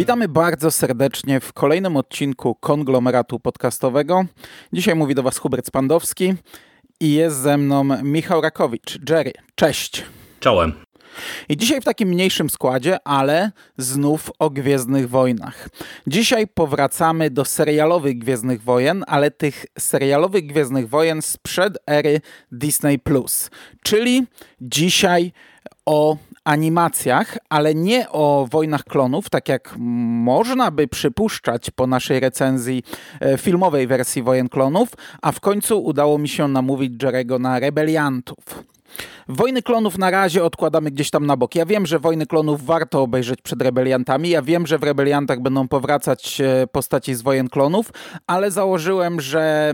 Witamy bardzo serdecznie w kolejnym odcinku Konglomeratu Podcastowego. Dzisiaj mówi do Was Hubert Spandowski i jest ze mną Michał Rakowicz. Jerry, cześć. Czołem. I dzisiaj w takim mniejszym składzie, ale znów o Gwiezdnych Wojnach. Dzisiaj powracamy do serialowych Gwiezdnych Wojen, ale tych serialowych Gwiezdnych Wojen sprzed ery Disney+. Czyli dzisiaj o animacjach, ale nie o Wojnach Klonów, tak jak można by przypuszczać po naszej recenzji filmowej wersji Wojen Klonów, a w końcu udało mi się namówić Jerry'ego na Rebeliantów. Wojny Klonów na razie odkładamy gdzieś tam na bok. Ja wiem, że Wojny Klonów warto obejrzeć przed Rebeliantami. Ja wiem, że w Rebeliantach będą powracać postaci z Wojen Klonów, ale założyłem, że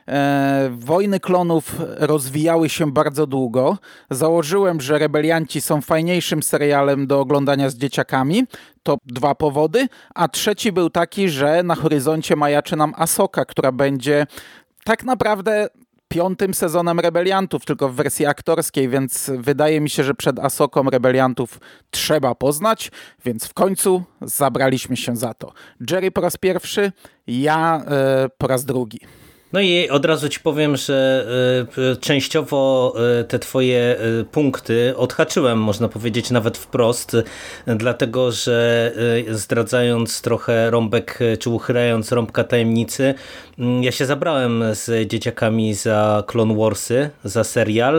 Wojny Klonów rozwijały się bardzo długo. Założyłem, że Rebelianci są fajniejszym serialem do oglądania z dzieciakami. To 2 powody. A trzeci był taki, że na horyzoncie majaczy nam Asoka, która będzie tak naprawdę 5. sezonem Rebeliantów, tylko w wersji aktorskiej, więc wydaje mi się, że przed Asoką Rebeliantów trzeba poznać, więc w końcu zabraliśmy się za to. Jerry po raz pierwszy, ja po raz drugi. No i od razu ci powiem, że częściowo te twoje punkty odhaczyłem, można powiedzieć nawet wprost, dlatego że zdradzając trochę rąbek, czy uchylając rąbka tajemnicy, ja się zabrałem z dzieciakami za Clone Warsy, za serial,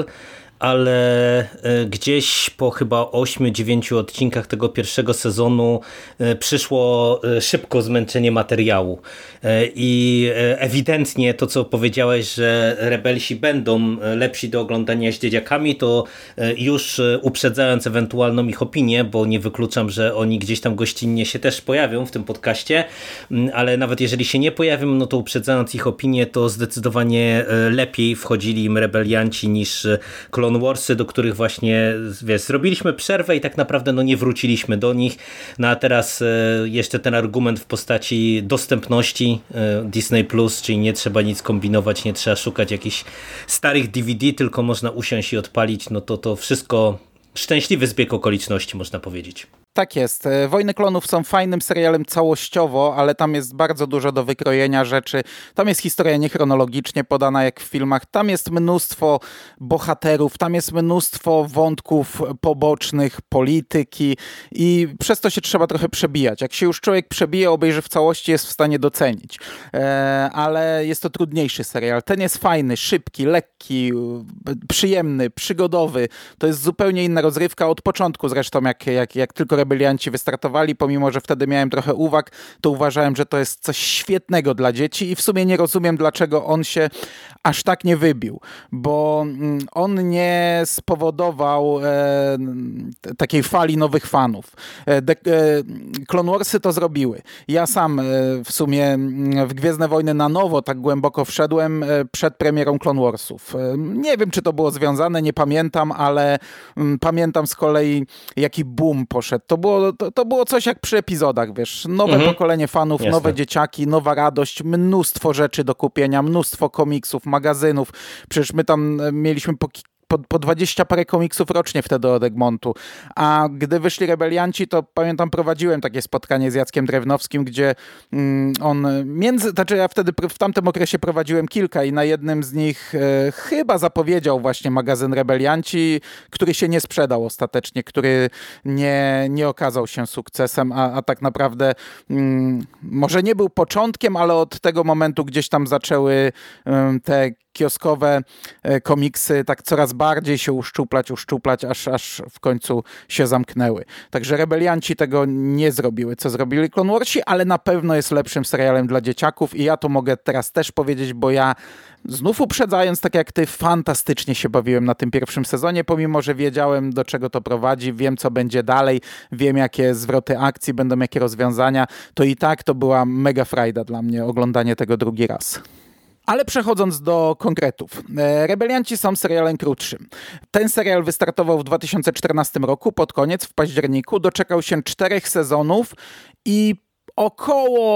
ale gdzieś po chyba 8-9 odcinkach tego pierwszego sezonu przyszło szybko zmęczenie materiału i ewidentnie to, co powiedziałeś, że rebelsi będą lepsi do oglądania z dzieciakami, to już uprzedzając ewentualną ich opinię, bo nie wykluczam, że oni gdzieś tam gościnnie się też pojawią w tym podcaście, ale nawet jeżeli się nie pojawią, no to uprzedzając ich opinię, to zdecydowanie lepiej wchodzili im rebelianci niż Clone Warsy, do których właśnie, wiesz, zrobiliśmy przerwę i tak naprawdę no nie wróciliśmy do nich. No a teraz jeszcze ten argument w postaci dostępności Disney+, czyli nie trzeba nic kombinować, nie trzeba szukać jakichś starych DVD, tylko można usiąść i odpalić, no to wszystko szczęśliwy zbieg okoliczności, można powiedzieć. Tak jest. Wojny Klonów są fajnym serialem całościowo, ale tam jest bardzo dużo do wykrojenia rzeczy. Tam jest historia niechronologicznie podana jak w filmach. Tam jest mnóstwo bohaterów, tam jest mnóstwo wątków pobocznych, polityki i przez to się trzeba trochę przebijać. Jak się już człowiek przebije, obejrzy w całości, jest w stanie docenić. Ale jest to trudniejszy serial. Ten jest fajny, szybki, lekki, przyjemny, przygodowy. To jest zupełnie inna rozrywka od początku zresztą, jak tylko Rebelianci wystartowali, pomimo że wtedy miałem trochę uwag, to uważałem, że to jest coś świetnego dla dzieci i w sumie nie rozumiem, dlaczego on się aż tak nie wybił, bo on nie spowodował takiej fali nowych fanów. Clone Warsy to zrobiły. Ja sam w sumie w Gwiezdne Wojny na nowo tak głęboko wszedłem przed premierą Clone Warsów. Nie wiem, czy to było związane, nie pamiętam, ale pamiętam z kolei, jaki boom poszedł. To było coś jak przy epizodach, wiesz, nowe pokolenie fanów, Jasne. Nowe dzieciaki, nowa radość, mnóstwo rzeczy do kupienia, mnóstwo komiksów, magazynów. Przecież my tam mieliśmy po 20 parę komiksów rocznie wtedy od Egmontu. A gdy wyszli Rebelianci, to pamiętam, prowadziłem takie spotkanie z Jackiem Drewnowskim, gdzie ja wtedy w tamtym okresie prowadziłem kilka i na jednym z nich chyba zapowiedział właśnie magazyn Rebelianci, który się nie sprzedał ostatecznie, który nie okazał się sukcesem, a tak naprawdę może nie był początkiem, ale od tego momentu gdzieś tam zaczęły te kioskowe komiksy tak coraz bardziej się uszczuplać, aż w końcu się zamknęły. Także Rebelianci tego nie zrobiły, co zrobili Clone Warsi, ale na pewno jest lepszym serialem dla dzieciaków i ja to mogę teraz też powiedzieć, bo ja znów uprzedzając, tak jak ty, fantastycznie się bawiłem na tym pierwszym sezonie, pomimo że wiedziałem, do czego to prowadzi, wiem, co będzie dalej, wiem, jakie zwroty akcji będą, jakie rozwiązania, to i tak to była mega frajda dla mnie oglądanie tego drugi raz. Ale przechodząc do konkretów. Rebelianci są serialem krótszym. Ten serial wystartował w 2014 roku, pod koniec, w październiku. Doczekał się 4 sezonów i około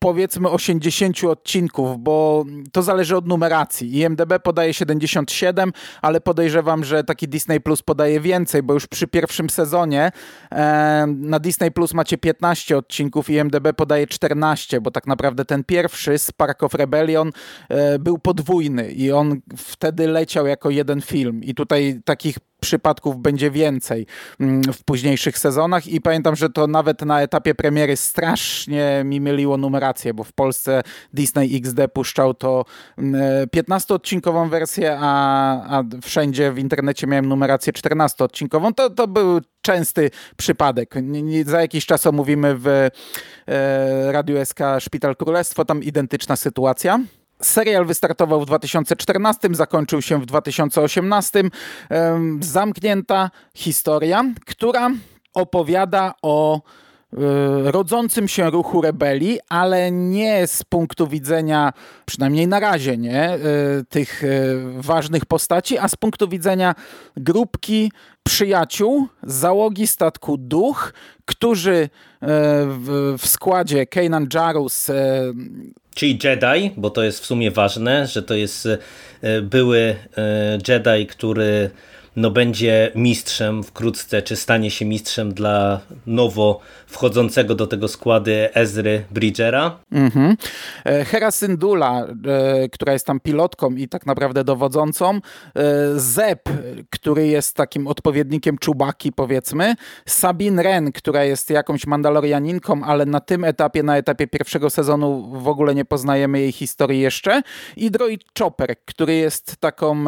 powiedzmy 80 odcinków, bo to zależy od numeracji. IMDb podaje 77, ale podejrzewam, że taki Disney Plus podaje więcej, bo już przy pierwszym sezonie na Disney Plus macie 15 odcinków, IMDb podaje 14, bo tak naprawdę ten pierwszy, Spark of Rebellion, był podwójny i on wtedy leciał jako jeden film i tutaj takich przypadków będzie więcej w późniejszych sezonach i pamiętam, że to nawet na etapie premiery strasznie mi myliło numerację, bo w Polsce Disney XD puszczał to 15-odcinkową wersję, a wszędzie w internecie miałem numerację 14-odcinkową. To był częsty przypadek. Za jakiś czas omówimy w Radiu SK Szpital Królestwo, tam identyczna sytuacja. Serial wystartował w 2014, zakończył się w 2018. Zamknięta historia, która opowiada o rodzącym się ruchu rebelii, ale nie z punktu widzenia, przynajmniej na razie, nie, tych ważnych postaci, a z punktu widzenia grupki przyjaciół załogi statku Duch, którzy w składzie Kanan Jarrus, czyli Jedi, bo to jest w sumie ważne, że to jest były Jedi, który będzie mistrzem wkrótce, czy stanie się mistrzem dla nowo wchodzącego do tego składu Ezry Bridgera. Hera Syndulla, która jest tam pilotką i tak naprawdę dowodzącą. Zeb, który jest takim odpowiednikiem Chewbacki, powiedzmy. Sabine Wren, która jest jakąś Mandalorianinką, ale na tym etapie, na etapie pierwszego sezonu w ogóle nie poznajemy jej historii jeszcze. I droid Chopper, który jest taką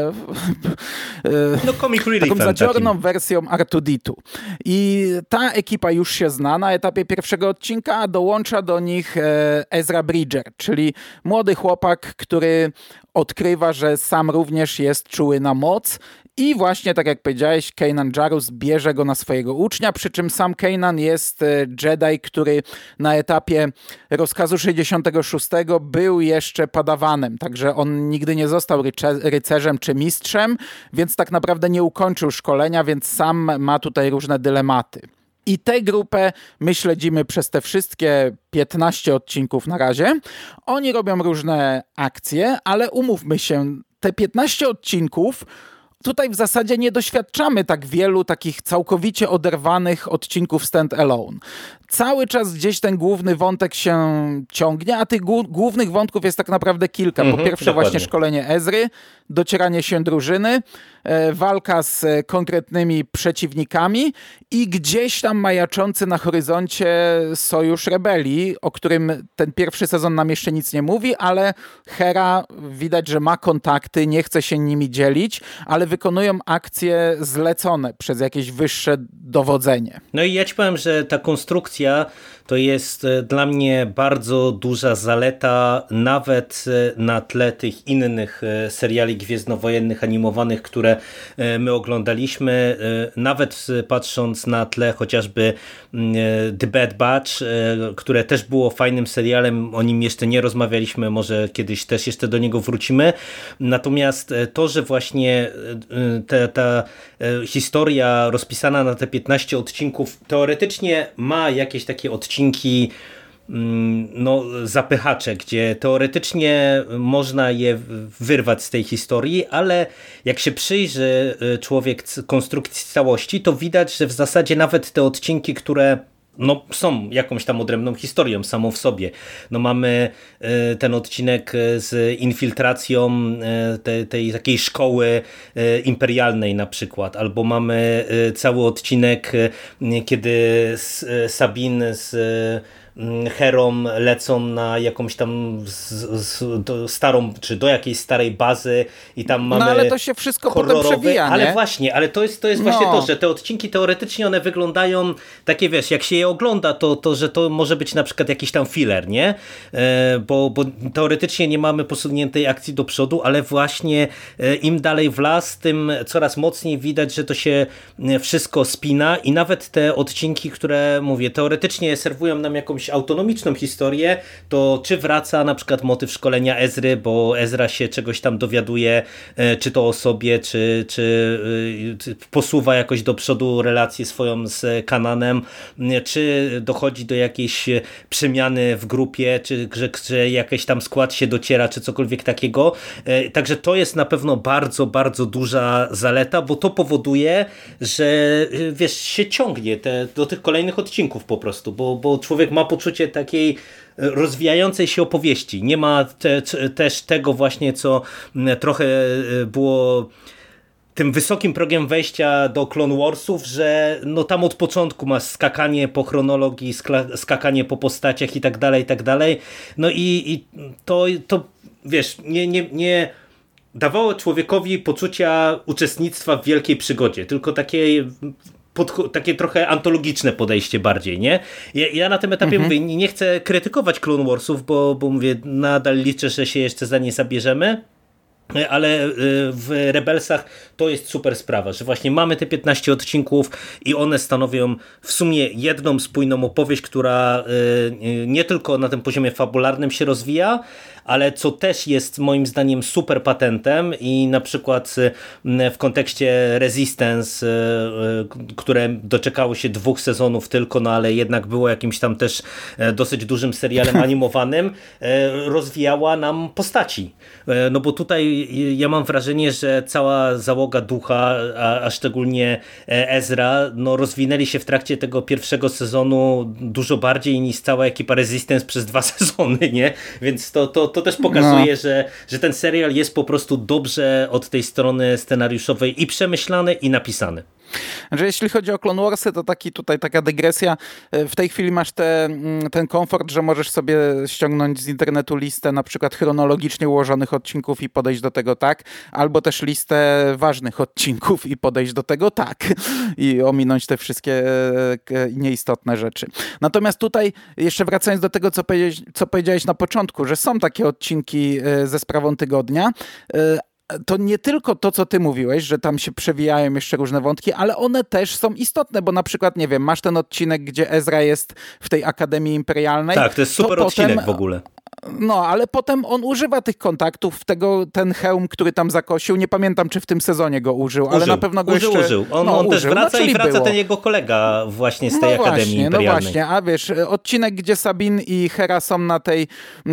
comic relief, taką zadziorną wersją R2-D2. I ta ekipa już się zna na etapie pierwszego odcinka, a dołącza do nich Ezra Bridger, czyli młody chłopak, który odkrywa, że sam również jest czuły na moc. I właśnie, tak jak powiedziałeś, Kanan Jarrus bierze go na swojego ucznia, przy czym sam Kanan jest Jedi, który na etapie rozkazu 66 był jeszcze padawanem, także on nigdy nie został rycerzem czy mistrzem, więc tak naprawdę nie ukończył szkolenia, więc sam ma tutaj różne dylematy. I tę grupę my śledzimy przez te wszystkie 15 odcinków na razie. Oni robią różne akcje, ale umówmy się, te 15 odcinków tutaj w zasadzie nie doświadczamy tak wielu takich całkowicie oderwanych odcinków stand-alone. Cały czas gdzieś ten główny wątek się ciągnie, a tych głównych wątków jest tak naprawdę kilka. Po pierwsze dokładnie. właśnie szkolenie Ezry, docieranie się drużyny, walka z konkretnymi przeciwnikami i gdzieś tam majaczący na horyzoncie sojusz rebelii, o którym ten pierwszy sezon nam jeszcze nic nie mówi, ale Hera widać, że ma kontakty, nie chce się nimi dzielić, ale wykonują akcje zlecone przez jakieś wyższe dowodzenie. No i ja ci powiem, że ta konstrukcja to jest dla mnie bardzo duża zaleta, nawet na tle tych innych seriali gwiezdnowojennych, animowanych, które my oglądaliśmy, nawet patrząc na tle chociażby The Bad Batch, które też było fajnym serialem, o nim jeszcze nie rozmawialiśmy, może kiedyś też jeszcze do niego wrócimy. Natomiast to, że właśnie ta historia rozpisana na te 15 odcinków teoretycznie ma jakieś takie odcinki zapychacze, gdzie teoretycznie można je wyrwać z tej historii, ale jak się przyjrzy człowiek konstrukcji całości, to widać, że w zasadzie nawet te odcinki, które są jakąś tam odrębną historią samą w sobie. Mamy ten odcinek z infiltracją tej takiej szkoły imperialnej na przykład, albo mamy cały odcinek, kiedy Sabine z Herą lecą na jakąś tam starą, czy do jakiejś starej bazy i tam mamy ale to się wszystko potem przewija, nie? Ale właśnie, ale to jest właśnie to, że te odcinki teoretycznie one wyglądają takie, wiesz, jak się je ogląda, to że to może być na przykład jakiś tam filler, nie? Bo teoretycznie nie mamy posuniętej akcji do przodu, ale właśnie im dalej w las, tym coraz mocniej widać, że to się wszystko spina i nawet te odcinki, które mówię, teoretycznie serwują nam jakąś jakąś autonomiczną historię, to czy wraca na przykład motyw szkolenia Ezry, bo Ezra się czegoś tam dowiaduje, czy to o sobie, czy posuwa jakoś do przodu relację swoją z Kananem, czy dochodzi do jakiejś przemiany w grupie, czy że jakiś tam skład się dociera, czy cokolwiek takiego. Także to jest na pewno bardzo, bardzo duża zaleta, bo to powoduje, że wiesz, się ciągnie do tych kolejnych odcinków po prostu, bo człowiek ma poczucie takiej rozwijającej się opowieści. Nie ma też tego właśnie, co trochę było tym wysokim progiem wejścia do Clone Warsów, że no tam od początku masz skakanie po chronologii, skakanie po postaciach i tak dalej. No i to wiesz, nie dawało człowiekowi poczucia uczestnictwa w wielkiej przygodzie, tylko takie trochę antologiczne podejście bardziej, nie? Ja na tym etapie mówię, nie chcę krytykować Clone Warsów, bo mówię, nadal liczę, że się jeszcze za nie zabierzemy, ale w Rebelsach to jest super sprawa, że właśnie mamy te 15 odcinków i one stanowią w sumie jedną spójną opowieść, która nie tylko na tym poziomie fabularnym się rozwija, ale co też jest moim zdaniem super patentem i na przykład w kontekście Resistance, które doczekało się 2 sezonów tylko, no ale jednak było jakimś tam też dosyć dużym serialem animowanym, rozwijała nam postaci. No bo tutaj ja mam wrażenie, że cała załoga Ducha, a szczególnie Ezra, no rozwinęli się w trakcie tego pierwszego sezonu dużo bardziej niż cała ekipa Resistance przez 2 sezony, nie? Więc to też pokazuje, że ten serial jest po prostu dobrze od tej strony scenariuszowej i przemyślany, i napisany. Że jeśli chodzi o Clone Warsy, to taka dygresja. W tej chwili masz ten komfort, że możesz sobie ściągnąć z internetu listę na przykład chronologicznie ułożonych odcinków i podejść do tego tak, albo też listę ważnych odcinków i podejść do tego tak i ominąć te wszystkie nieistotne rzeczy. Natomiast tutaj, jeszcze wracając do tego, co powiedziałeś na początku, że są takie odcinki ze sprawą tygodnia, to nie tylko to, co ty mówiłeś, że tam się przewijają jeszcze różne wątki, ale one też są istotne, bo na przykład, nie wiem, masz ten odcinek, gdzie Ezra jest w tej Akademii Imperialnej. Tak, to jest super odcinek w ogóle. No, ale potem on używa tych kontaktów, ten hełm, który tam zakosił. Nie pamiętam, czy w tym sezonie go użył, ale na pewno go jeszcze... Użył. On też wraca i wraca ten jego kolega właśnie z tej Akademii Imperialnej. No właśnie, a wiesz, odcinek, gdzie Sabine i Hera są na tej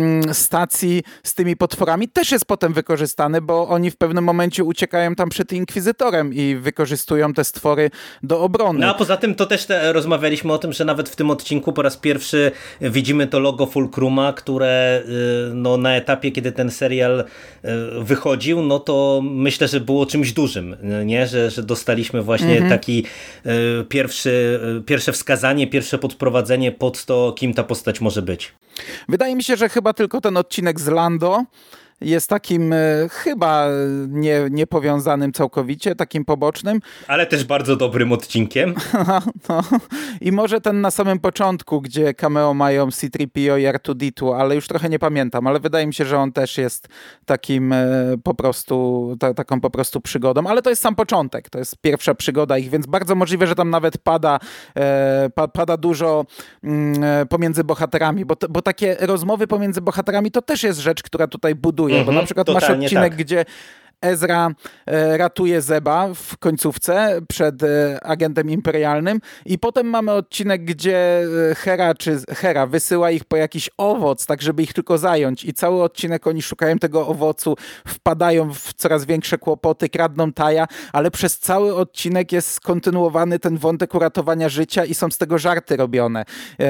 stacji z tymi potworami, też jest potem wykorzystany, bo oni w pewnym momencie uciekają tam przed Inkwizytorem i wykorzystują te stwory do obrony. No a poza tym to też rozmawialiśmy o tym, że nawet w tym odcinku po raz pierwszy widzimy to logo Fulcruma, które no, na etapie, kiedy ten serial wychodził, no to myślę, że było czymś dużym, nie? Że dostaliśmy właśnie taki pierwsze wskazanie, pierwsze podprowadzenie pod to, kim ta postać może być. Wydaje mi się, że chyba tylko ten odcinek z Lando jest takim chyba niepowiązanym całkowicie, takim pobocznym. Ale też bardzo dobrym odcinkiem. No. I może ten na samym początku, gdzie cameo mają C-3PO i R2-D2, ale już trochę nie pamiętam, ale wydaje mi się, że on też jest takim taką po prostu przygodą, ale to jest sam początek, to jest pierwsza przygoda ich, więc bardzo możliwe, że tam nawet pada dużo pomiędzy bohaterami, bo takie rozmowy pomiędzy bohaterami to też jest rzecz, która tutaj buduje. Bo na przykład masz odcinek, gdzie Ezra ratuje Zeba w końcówce przed agentem imperialnym i potem mamy odcinek, gdzie Hera wysyła ich po jakiś owoc, tak żeby ich tylko zająć i cały odcinek oni szukają tego owocu, wpadają w coraz większe kłopoty, kradną Taja, ale przez cały odcinek jest skontynuowany ten wątek uratowania życia i są z tego żarty robione.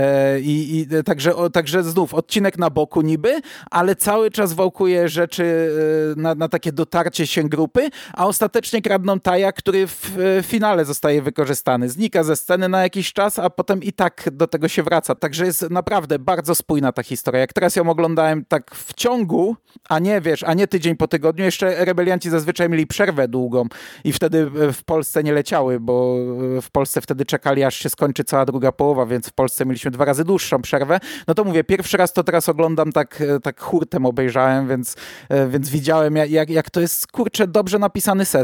Także znów odcinek na boku niby, ale cały czas wałkuje rzeczy na takie dotarcie się grupy, a ostatecznie kradną Taja, który w finale zostaje wykorzystany. Znika ze sceny na jakiś czas, a potem i tak do tego się wraca. Także jest naprawdę bardzo spójna ta historia. Jak teraz ją oglądałem tak w ciągu, a nie tydzień po tygodniu, jeszcze rebelianci zazwyczaj mieli przerwę długą i wtedy w Polsce nie leciały, bo w Polsce wtedy czekali, aż się skończy cała druga połowa, więc w Polsce mieliśmy 2 razy dłuższą przerwę. No to mówię, pierwszy raz to teraz oglądam tak hurtem obejrzałem, więc widziałem, jak to jest, kurczę, dobrze napisany sezon.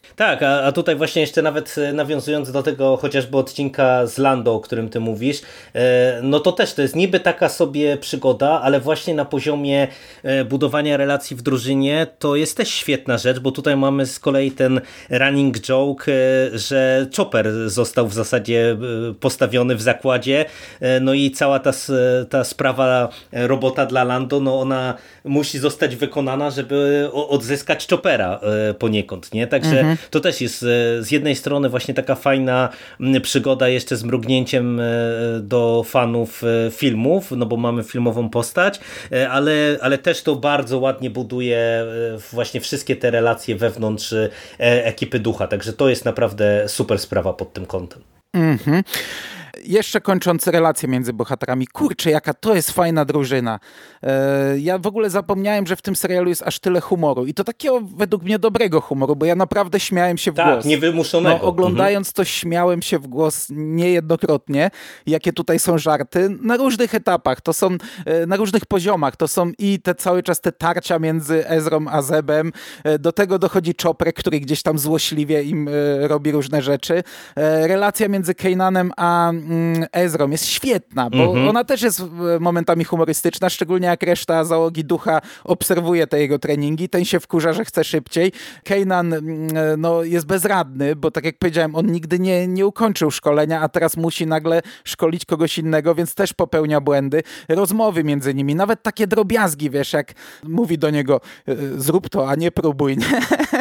Tak, a tutaj właśnie jeszcze nawet nawiązując do tego chociażby odcinka z Lando, o którym ty mówisz, no to też to jest niby taka sobie przygoda, ale właśnie na poziomie budowania relacji w drużynie to jest też świetna rzecz, bo tutaj mamy z kolei ten running joke, że Chopper został w zasadzie postawiony w zakładzie, no i cała ta sprawa robota dla Lando, no ona musi zostać wykonana, żeby odzyskać Choppera poniekąd, nie? Także to też jest z jednej strony właśnie taka fajna przygoda jeszcze z mrugnięciem do fanów filmów, no bo mamy filmową postać, ale też to bardzo ładnie buduje właśnie wszystkie te relacje wewnątrz ekipy Ducha, także to jest naprawdę super sprawa pod tym kątem. Jeszcze kończąc relacje między bohaterami. Kurczę, jaka to jest fajna drużyna. Ja w ogóle zapomniałem, że w tym serialu jest aż tyle humoru. I to takiego według mnie dobrego humoru, bo ja naprawdę śmiałem się w głos. Tak, niewymuszonego. No, oglądając to śmiałem się w głos niejednokrotnie. Jakie tutaj są żarty. Na różnych etapach. To są na różnych poziomach. To są i cały czas te tarcia między Ezrą a Zebem. Do tego dochodzi Chopper, który gdzieś tam złośliwie im robi różne rzeczy. Relacja między Kananem a Ezrą jest świetna, bo ona też jest momentami humorystyczna, szczególnie jak reszta załogi Ducha obserwuje te jego treningi. Ten się wkurza, że chce szybciej. Kanan no, jest bezradny, bo tak jak powiedziałem, on nigdy nie ukończył szkolenia, a teraz musi nagle szkolić kogoś innego, więc też popełnia błędy. Rozmowy między nimi, nawet takie drobiazgi, wiesz, jak mówi do niego zrób to, a nie próbuj, nie?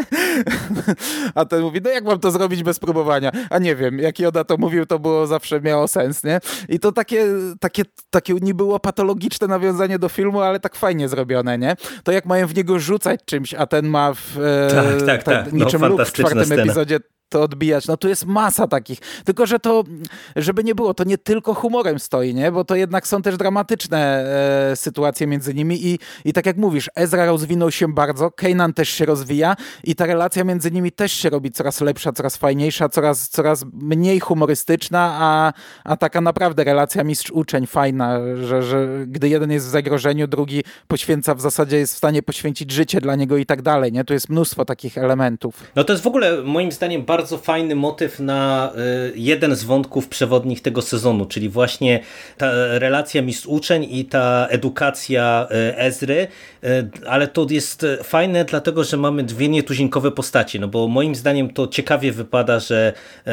A ten mówi, no jak mam to zrobić bez próbowania? A nie wiem, jak Joda to mówił, to było zawsze miało sens, nie? I to takie niby było patologiczne nawiązanie do filmu, ale tak fajnie zrobione, nie? To jak mają w niego rzucać czymś, a ten ma tak. niczym No, Luke w czwartym scena. epizodzie to odbijać. No tu jest masa takich. Tylko, że to, żeby nie było, to nie tylko humorem stoi, nie? Bo to jednak są też dramatyczne sytuacje między nimi i tak jak mówisz, Ezra rozwinął się bardzo, Kanan też się rozwija i ta relacja między nimi też się robi coraz lepsza, coraz fajniejsza, coraz mniej humorystyczna, a taka naprawdę relacja mistrz-uczeń fajna, że gdy jeden jest w zagrożeniu, drugi poświęca, w zasadzie jest w stanie poświęcić życie dla niego i tak dalej, nie? Tu jest mnóstwo takich elementów. No to jest w ogóle moim zdaniem bardzo fajny motyw na jeden z wątków przewodnich tego sezonu, czyli właśnie ta relacja mistrz-uczeń i ta edukacja Ezry, ale to jest fajne dlatego, że mamy dwie nietuzinkowe postaci, no bo moim zdaniem to ciekawie wypada, że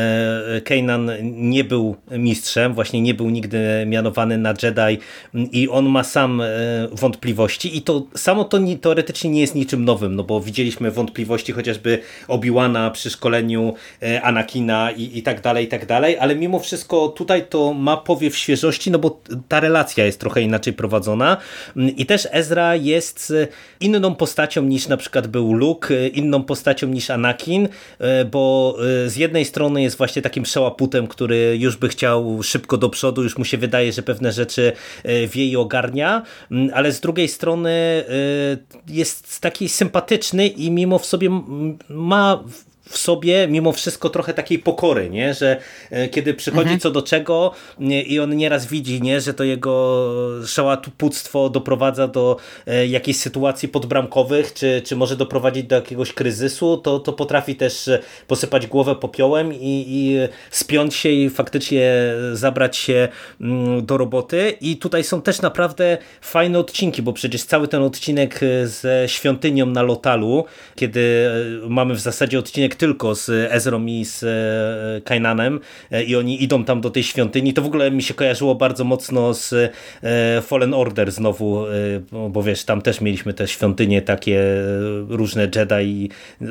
Kanan nie był mistrzem, właśnie nie był nigdy mianowany na Jedi i on ma sam wątpliwości i to samo to teoretycznie nie jest niczym nowym, no bo widzieliśmy wątpliwości chociażby Obi-Wana przy szkoleniu Anakina i tak dalej, ale mimo wszystko tutaj to ma powiew świeżości, no bo ta relacja jest trochę inaczej prowadzona i też Ezra jest inną postacią niż na przykład był Luke, inną postacią niż Anakin, bo z jednej strony jest właśnie takim przełaputem, który już by chciał szybko do przodu, już mu się wydaje, że pewne rzeczy wie i ogarnia, ale z drugiej strony jest taki sympatyczny i mimo w sobie ma w sobie mimo wszystko trochę takiej pokory, nie? Że kiedy przychodzi co do czego i on nieraz widzi, nie? Że to jego szałaputstwo doprowadza do jakiejś sytuacji podbramkowych, czy może doprowadzić do jakiegoś kryzysu, to potrafi też posypać głowę popiołem i spiąć się i faktycznie zabrać się do roboty. I tutaj są też naprawdę fajne odcinki, bo przecież cały ten odcinek ze świątynią na Lotalu, kiedy mamy w zasadzie odcinek tylko z Ezrą i z Kananem i oni idą tam do tej świątyni, to w ogóle mi się kojarzyło bardzo mocno z Fallen Order znowu, bo wiesz, tam też mieliśmy te świątynie takie różne Jedi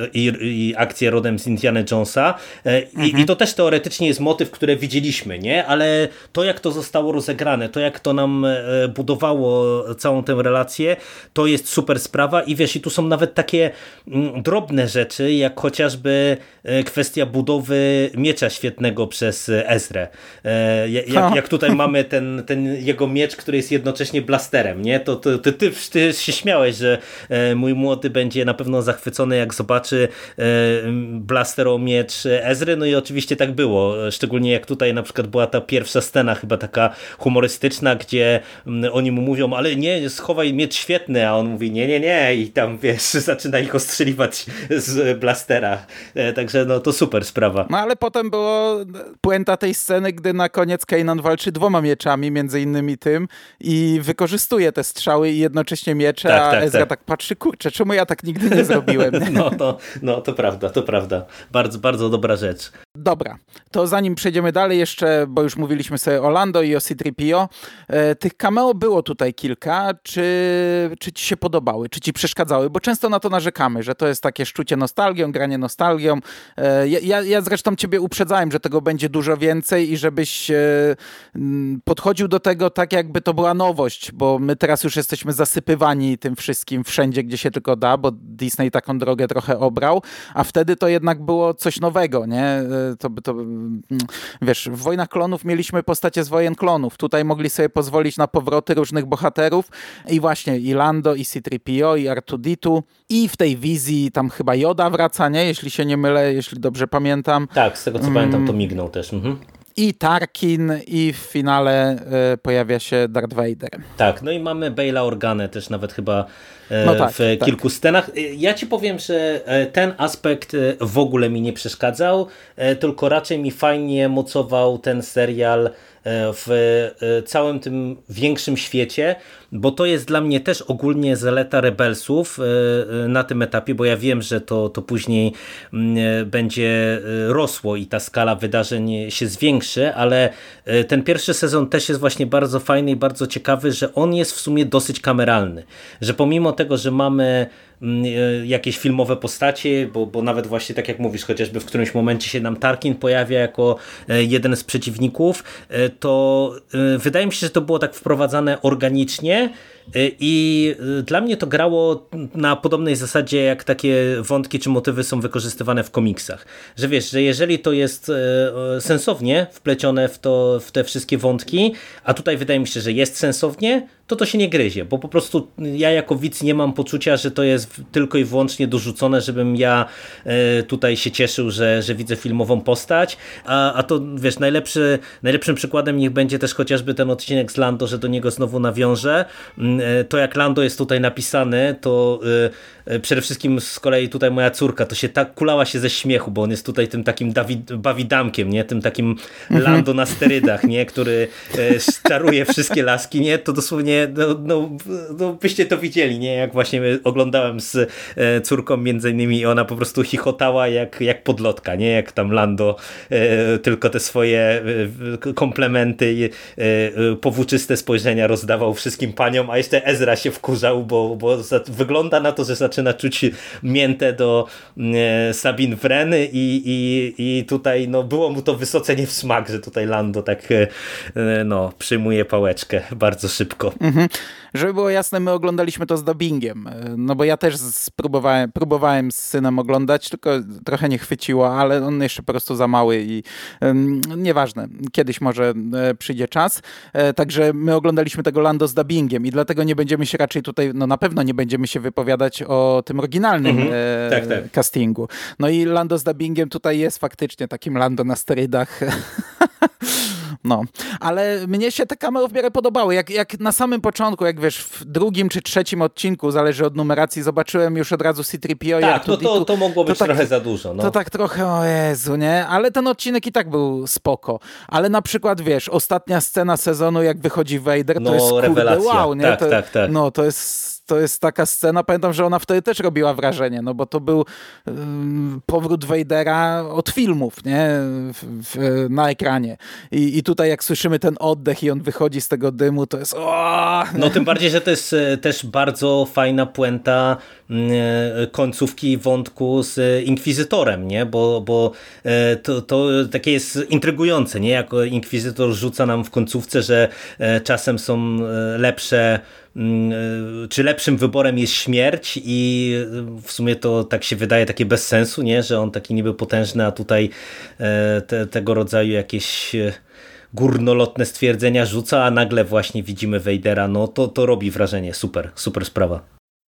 i akcje rodem z Indiana Jonesa i to też teoretycznie jest motyw, który widzieliśmy, nie? Ale to jak to zostało rozegrane, to jak to nam budowało całą tę relację, to jest super sprawa i wiesz, i tu są nawet takie drobne rzeczy, jak chociażby kwestia budowy miecza świetnego przez Ezrę. Jak tutaj mamy ten jego miecz, który jest jednocześnie blasterem, nie? To ty się śmiałeś, że mój młody będzie na pewno zachwycony, jak zobaczy blasteromiecz Ezry, no i oczywiście tak było. Szczególnie jak tutaj na przykład była ta pierwsza scena, chyba taka humorystyczna, gdzie oni mu mówią, ale nie, schowaj miecz świetny, a on mówi nie, i tam wiesz, zaczyna ich ostrzeliwać z blastera Także no to super sprawa. No ale potem było puenta tej sceny, gdy na koniec Kanan walczy 2 mieczami, między innymi tym, i wykorzystuje te strzały i jednocześnie miecze, a Ezra tak patrzy, kurczę, czemu ja tak nigdy nie zrobiłem? Nie? To prawda. Bardzo, bardzo dobra rzecz. Dobra, to zanim przejdziemy dalej jeszcze, bo już mówiliśmy sobie o Lando i o C-3PO, tych cameo było tutaj kilka, czy ci się podobały, czy ci przeszkadzały, bo często na to narzekamy, że to jest takie szczucie nostalgią, granie nostalgią. Ja zresztą ciebie uprzedzałem, że tego będzie dużo więcej i żebyś podchodził do tego tak, jakby to była nowość, bo my teraz już jesteśmy zasypywani tym wszystkim wszędzie, gdzie się tylko da, bo Disney taką drogę trochę obrał, a wtedy to jednak było coś nowego, nie? Wiesz, w Wojnach Klonów mieliśmy postacie z Wojen Klonów. Tutaj mogli sobie pozwolić na powroty różnych bohaterów i właśnie i Lando, i C-3PO, i R2-D2 i w tej wizji tam chyba Yoda wraca, nie? Jeśli się nie mylę, jeśli dobrze pamiętam. Tak, z tego co pamiętam to mignął też. I Tarkin, i w finale pojawia się Darth Vader. Tak, no i mamy Baila Organę też nawet chyba w tak. kilku scenach. Ja ci powiem, że ten aspekt w ogóle mi nie przeszkadzał, tylko raczej mi fajnie mocował ten serial w całym tym większym świecie, bo to jest dla mnie też ogólnie zaleta Rebelsów na tym etapie, bo ja wiem, że to później będzie rosło i ta skala wydarzeń się zwiększy, ale ten pierwszy sezon też jest właśnie bardzo fajny i bardzo ciekawy, że on jest w sumie dosyć kameralny, że pomimo tego, że mamy jakieś filmowe postacie, bo nawet właśnie tak jak mówisz, chociażby w którymś momencie się nam Tarkin pojawia jako jeden z przeciwników, to wydaje mi się, że to było tak wprowadzane organicznie i dla mnie to grało na podobnej zasadzie jak takie wątki czy motywy są wykorzystywane w komiksach. Że wiesz, że jeżeli to jest sensownie wplecione w te wszystkie wątki, a tutaj wydaje mi się, że jest sensownie, to się nie gryzie, bo po prostu ja jako widz nie mam poczucia, że to jest tylko i wyłącznie dorzucone, żebym ja tutaj się cieszył, że widzę filmową postać, a to wiesz, najlepszym przykładem niech będzie też chociażby ten odcinek z Lando, że do niego znowu nawiążę. To jak Lando jest tutaj napisany, to przede wszystkim z kolei tutaj moja córka, to się tak kulała się ze śmiechu, bo on jest tutaj tym takim bawidamkiem, nie? Tym takim Lando na sterydach, nie? Który czaruje wszystkie laski, nie? To dosłownie no byście to widzieli, nie? Jak właśnie oglądałem z córką między innymi i ona po prostu chichotała jak podlotka, nie? Jak tam Lando tylko te swoje komplementy, powłóczyste spojrzenia rozdawał wszystkim paniom, a jeszcze Ezra się wkurzał, bo wygląda na to, że zaczyna czuć miętę do Sabine Wren i tutaj no było mu to wysoce nie w smak, że tutaj Lando tak no przyjmuje pałeczkę bardzo szybko. Żeby było jasne, my oglądaliśmy to z dubbingiem, no bo ja też próbowałem z synem oglądać, tylko trochę nie chwyciło, ale on jeszcze po prostu za mały i nieważne, kiedyś może przyjdzie czas. Także my oglądaliśmy tego Lando z dubbingiem i dlatego nie będziemy się raczej tutaj, no na pewno nie będziemy się wypowiadać o tym oryginalnym castingu. No i Lando z dubbingiem tutaj jest faktycznie takim Lando na sterydach. No, ale mnie się te cameo w miarę podobały. Jak na samym początku, jak wiesz, w 2. czy 3. odcinku, zależy od numeracji, zobaczyłem już od razu C-3PO. Tak, to mogło być trochę za dużo. No. To tak trochę, o Jezu, nie? Ale ten odcinek i tak był spoko. Ale na przykład, wiesz, ostatnia scena sezonu, jak wychodzi Vader, to jest kurde wow, nie? Tak. No, to jest taka scena, pamiętam, że ona wtedy też robiła wrażenie, no bo to był powrót Vadera od filmów, nie? Na ekranie. I tutaj jak słyszymy ten oddech i on wychodzi z tego dymu, to jest No tym bardziej, że to jest też bardzo fajna puenta końcówki wątku z Inkwizytorem, nie? Bo to takie jest intrygujące, nie? Jak Inkwizytor rzuca nam w końcówce, że czasem są lepsze, czy lepszym wyborem jest śmierć i w sumie to tak się wydaje takie bez sensu, nie? Że on taki niby potężny, a tutaj tego rodzaju jakieś górnolotne stwierdzenia rzuca, a nagle właśnie widzimy Vadera, no to robi wrażenie, super sprawa.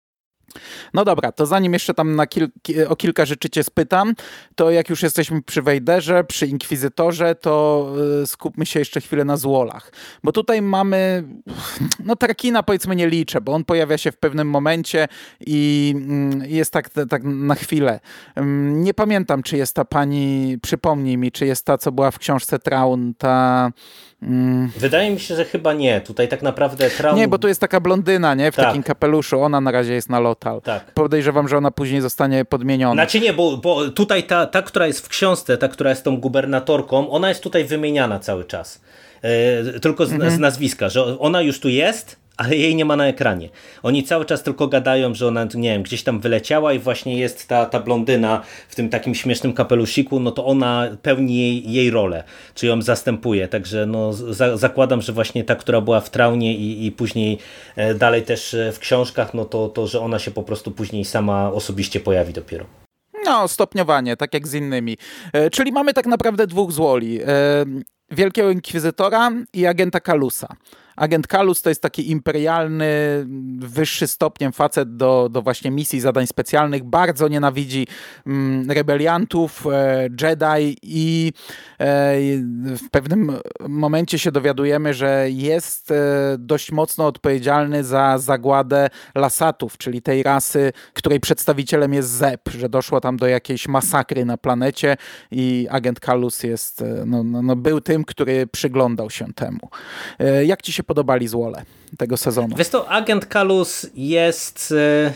No dobra, to zanim jeszcze tam o kilka rzeczy cię spytam, to jak już jesteśmy przy Wejderze, przy Inkwizytorze, to skupmy się jeszcze chwilę na złolach. Bo tutaj mamy, no Tarkina powiedzmy nie liczę, bo on pojawia się w pewnym momencie i jest tak na chwilę. Nie pamiętam, czy jest ta pani, przypomnij mi, czy jest ta, co była w książce Traun, ta... Wydaje mi się, że chyba nie. Tutaj tak naprawdę Traun... Nie, bo tu jest taka blondyna, nie? W takim kapeluszu. Ona na razie jest na Lothal. Tak. Podejrzewam, że ona później zostanie podmieniona. Znaczy nie, bo tutaj ta, która jest w książce, ta, która jest tą gubernatorką, ona jest tutaj wymieniana cały czas. Tylko z nazwiska, że ona już tu jest, ale jej nie ma na ekranie. Oni cały czas tylko gadają, że ona, nie wiem, gdzieś tam wyleciała i właśnie jest ta blondyna w tym takim śmiesznym kapelusiku, no to ona pełni jej rolę, czy ją zastępuje. Także no, zakładam, że właśnie ta, która była w Traunie i później dalej też w książkach, no to, że ona się po prostu później sama osobiście pojawi dopiero. No, stopniowanie, tak jak z innymi. Czyli mamy tak naprawdę dwóch złoli. Wielkiego Inkwizytora i agenta Kalusa. Agent Kalus to jest taki imperialny, wyższy stopniem facet do właśnie misji, zadań specjalnych. Bardzo nienawidzi rebeliantów, Jedi i w pewnym momencie się dowiadujemy, że jest dość mocno odpowiedzialny za zagładę Lasatów, czyli tej rasy, której przedstawicielem jest Zeb, że doszło tam do jakiejś masakry na planecie i agent Kalus jest, był tym, który przyglądał się temu. Jak ci się podobali złole tego sezonu? Wiesz to, agent Kalus jest...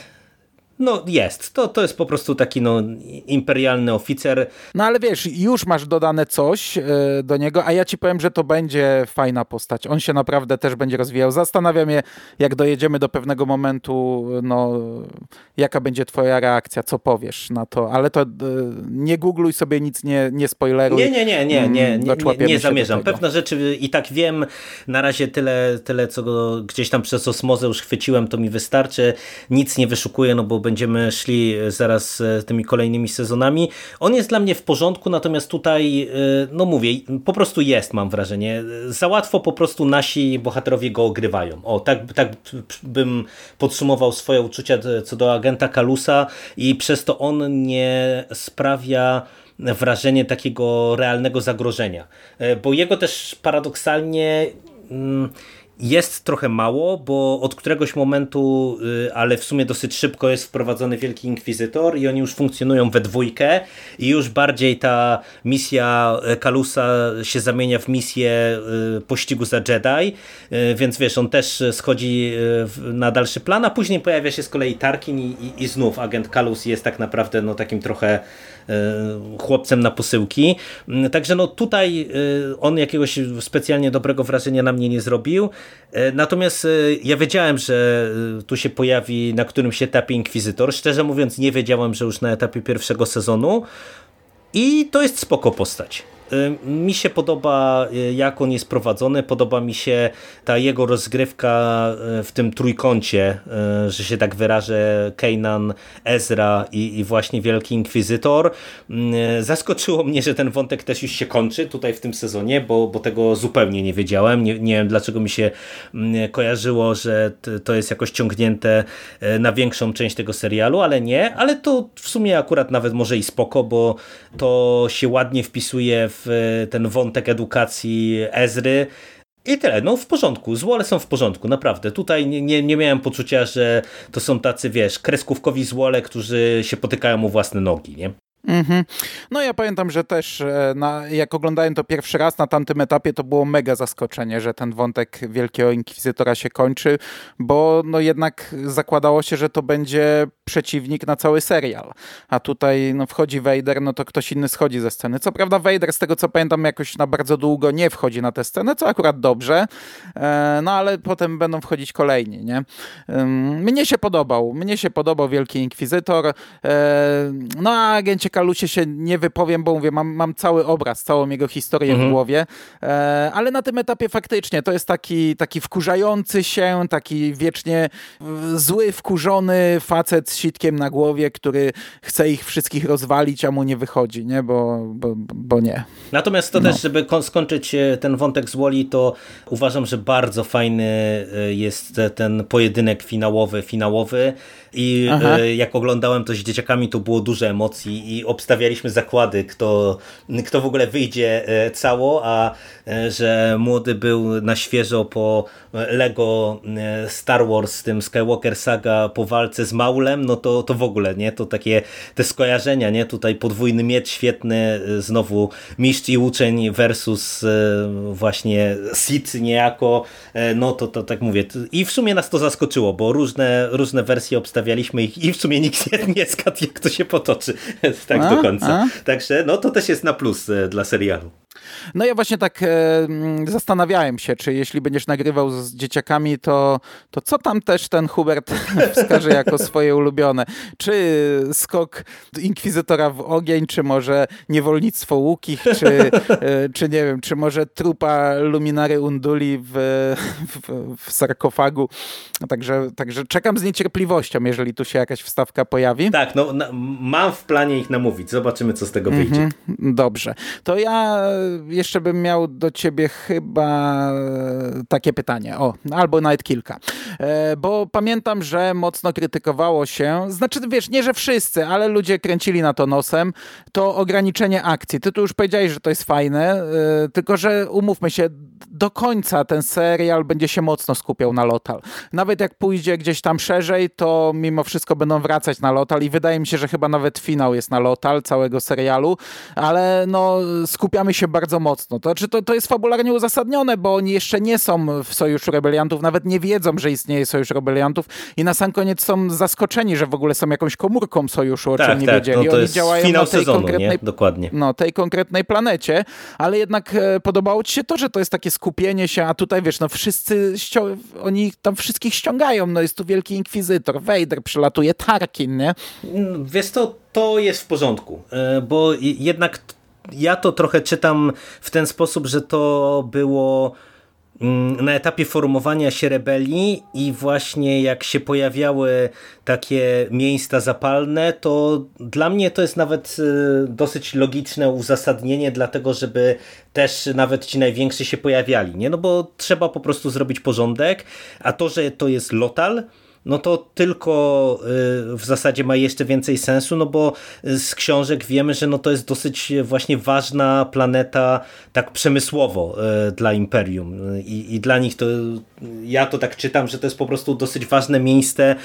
To jest po prostu taki imperialny oficer. No ale wiesz, już masz dodane coś do niego, a ja ci powiem, że to będzie fajna postać. On się naprawdę też będzie rozwijał. Zastanawiam się, jak dojedziemy do pewnego momentu, jaka będzie twoja reakcja, co powiesz na to, ale to nie googluj sobie nic, nie spoileruj. Nie zamierzam. Pewne rzeczy i tak wiem, na razie tyle co go gdzieś tam przez osmozę już chwyciłem, to mi wystarczy. Nic nie wyszukuję, bo będziemy szli zaraz tymi kolejnymi sezonami. On jest dla mnie w porządku, natomiast tutaj, mówię, po prostu mam wrażenie. Za łatwo po prostu nasi bohaterowie go ogrywają. Tak bym podsumował swoje uczucia co do agenta Kalusa i przez to on nie sprawia wrażenie takiego realnego zagrożenia. Bo jego też paradoksalnie jest trochę mało, bo od któregoś momentu, ale w sumie dosyć szybko jest wprowadzony Wielki Inkwizytor i oni już funkcjonują we dwójkę i już bardziej ta misja Kalusa się zamienia w misję pościgu za Jedi, więc wiesz, on też schodzi na dalszy plan, a później pojawia się z kolei Tarkin i znów agent Kalus jest tak naprawdę takim trochę chłopcem na posyłki. Także tutaj on jakiegoś specjalnie dobrego wrażenia na mnie nie zrobił. Natomiast ja wiedziałem, że tu się pojawi na którymś etapie Inkwizytor. Szczerze mówiąc nie wiedziałem, że już na etapie pierwszego sezonu. I to jest spoko postać. Mi się podoba, jak on jest prowadzony, podoba mi się ta jego rozgrywka w tym trójkącie, że się tak wyrażę, Kanan, Ezra i właśnie Wielki Inkwizytor. Zaskoczyło mnie, że ten wątek też już się kończy tutaj w tym sezonie, bo tego zupełnie nie wiedziałem. Nie wiem, dlaczego mi się kojarzyło, że to jest jakoś ciągnięte na większą część tego serialu, ale nie. Ale to w sumie akurat nawet może i spoko, bo to się ładnie wpisuje w ten wątek edukacji Ezry i tyle, w porządku, złole są w porządku, naprawdę, tutaj nie miałem poczucia, że to są tacy, wiesz, kreskówkowi złole, którzy się potykają o własne nogi, nie? No ja pamiętam, że też jak oglądałem to pierwszy raz na tamtym etapie, to było mega zaskoczenie, że ten wątek Wielkiego Inkwizytora się kończy, bo jednak zakładało się, że to będzie przeciwnik na cały serial, a tutaj wchodzi Vader, to ktoś inny schodzi ze sceny. Co prawda Vader, z tego co pamiętam, jakoś na bardzo długo nie wchodzi na tę scenę, co akurat dobrze, ale potem będą wchodzić kolejni, nie? Mnie się podobał Wielki Inkwizytor, a agencie Kalusie się nie wypowiem, bo mówię, mam cały obraz, całą jego historię w głowie, ale na tym etapie faktycznie to jest taki wkurzający się, taki wiecznie zły, wkurzony facet z sitkiem na głowie, który chce ich wszystkich rozwalić, a mu nie wychodzi, nie? Bo nie. Natomiast to też, żeby skończyć ten wątek z Woli, to uważam, że bardzo fajny jest ten pojedynek finałowy. i jak oglądałem to z dzieciakami, to było dużo emocji i obstawialiśmy zakłady, kto w ogóle wyjdzie cało, a że młody był na świeżo po Lego Star Wars, tym Skywalker Saga, po walce z Maulem, no to w ogóle, nie? To takie te skojarzenia, nie? Tutaj podwójny miecz świetny, znowu mistrz i uczeń versus właśnie Sith niejako, no to tak mówię. I w sumie nas to zaskoczyło, bo różne wersje obstawialiśmy i w sumie nikt nie zgadł, jak to się potoczy tak do końca. Także no to też jest na plus dla serialu. No ja właśnie tak zastanawiałem się, czy jeśli będziesz nagrywał z dzieciakami, to co tam też ten Hubert wskaże jako swoje ulubione? Czy skok Inkwizytora w ogień, czy może niewolnictwo łukich, czy nie wiem, czy może trupa Luminary Unduli w sarkofagu. Także czekam z niecierpliwością, jeżeli tu się jakaś wstawka pojawi. Tak, no mam w planie ich namówić. Zobaczymy, co z tego wyjdzie. Dobrze. To ja jeszcze bym miał do ciebie chyba takie pytanie, albo nawet kilka. Bo pamiętam, że mocno krytykowało się, znaczy wiesz, nie, że wszyscy, ale ludzie kręcili na to nosem, to ograniczenie akcji. Ty tu już powiedziałeś, że to jest fajne, tylko że umówmy się, do końca ten serial będzie się mocno skupiał na Lothal. Nawet jak pójdzie gdzieś tam szerzej, to mimo wszystko będą wracać na Lothal i wydaje mi się, że chyba nawet finał jest na Lothal całego serialu, ale no skupiamy się bardzo mocno. To jest fabularnie uzasadnione, bo oni jeszcze nie są w Sojuszu Rebeliantów, nawet nie wiedzą, że istnieje Sojusz Rebeliantów i na sam koniec są zaskoczeni, że w ogóle są jakąś komórką Sojuszu, o czym nie wiedzieli. No to oni jest działają finał na tej sezonu, konkretnej, nie? Dokładnie. No, tej konkretnej planecie, ale jednak podobało ci się to, że to jest takie skupienie się, a tutaj wiesz, no wszyscy, oni tam wszystkich ściągają, no jest tu Wielki Inkwizytor, Vader przylatuje, Tarkin, nie? Wiesz to jest w porządku, bo jednak ja to trochę czytam w ten sposób, że to było na etapie formowania się rebelii i właśnie jak się pojawiały takie miejsca zapalne, to dla mnie to jest nawet dosyć logiczne uzasadnienie, dlatego żeby też nawet ci najwięksi się pojawiali, nie? No bo trzeba po prostu zrobić porządek, a to, że to jest Lothal, no to tylko w zasadzie ma jeszcze więcej sensu, no bo z książek wiemy, że no to jest dosyć właśnie ważna planeta tak przemysłowo dla Imperium i dla nich to, ja to tak czytam, że to jest po prostu dosyć ważne miejsce,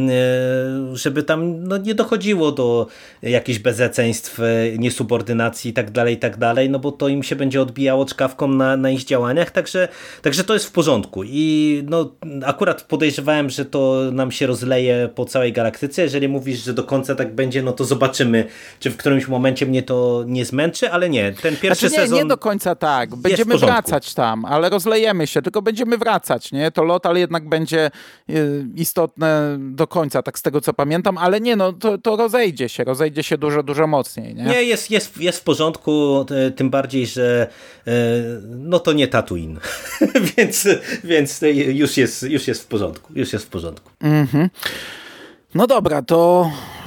żeby tam no, nie dochodziło do jakichś bezeceństw, niesubordynacji i tak dalej, no bo to im się będzie odbijało czkawką na ich działaniach, także to jest w porządku i no akurat podejrzewałem, że to nam się rozleje po całej galaktyce. Jeżeli mówisz, że do końca tak będzie, no to zobaczymy, czy w którymś momencie mnie to nie zmęczy, ale nie. Ten pierwszy sezon nie do końca tak. Będziemy wracać tam, ale rozlejemy się, tylko będziemy wracać, nie? To Lothal jednak będzie istotne do końca, tak z tego co pamiętam, ale nie, no to rozejdzie się dużo, dużo mocniej, nie? Nie, jest w porządku, tym bardziej, że no to nie Tatooine. więc już jest w porządku. Mhm. No dobra, to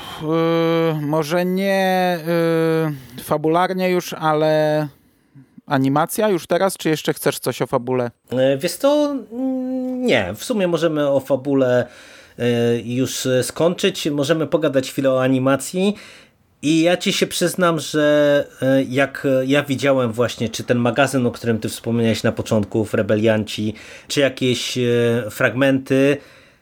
może nie fabularnie już, ale animacja już teraz, czy jeszcze chcesz coś o fabule? Wiesz co, nie, w sumie możemy o fabule już skończyć, możemy pogadać chwilę o animacji. I ja ci się przyznam, że jak ja widziałem właśnie, czy ten magazyn, o którym ty wspomniałeś na początku, Rebelianci, czy jakieś fragmenty,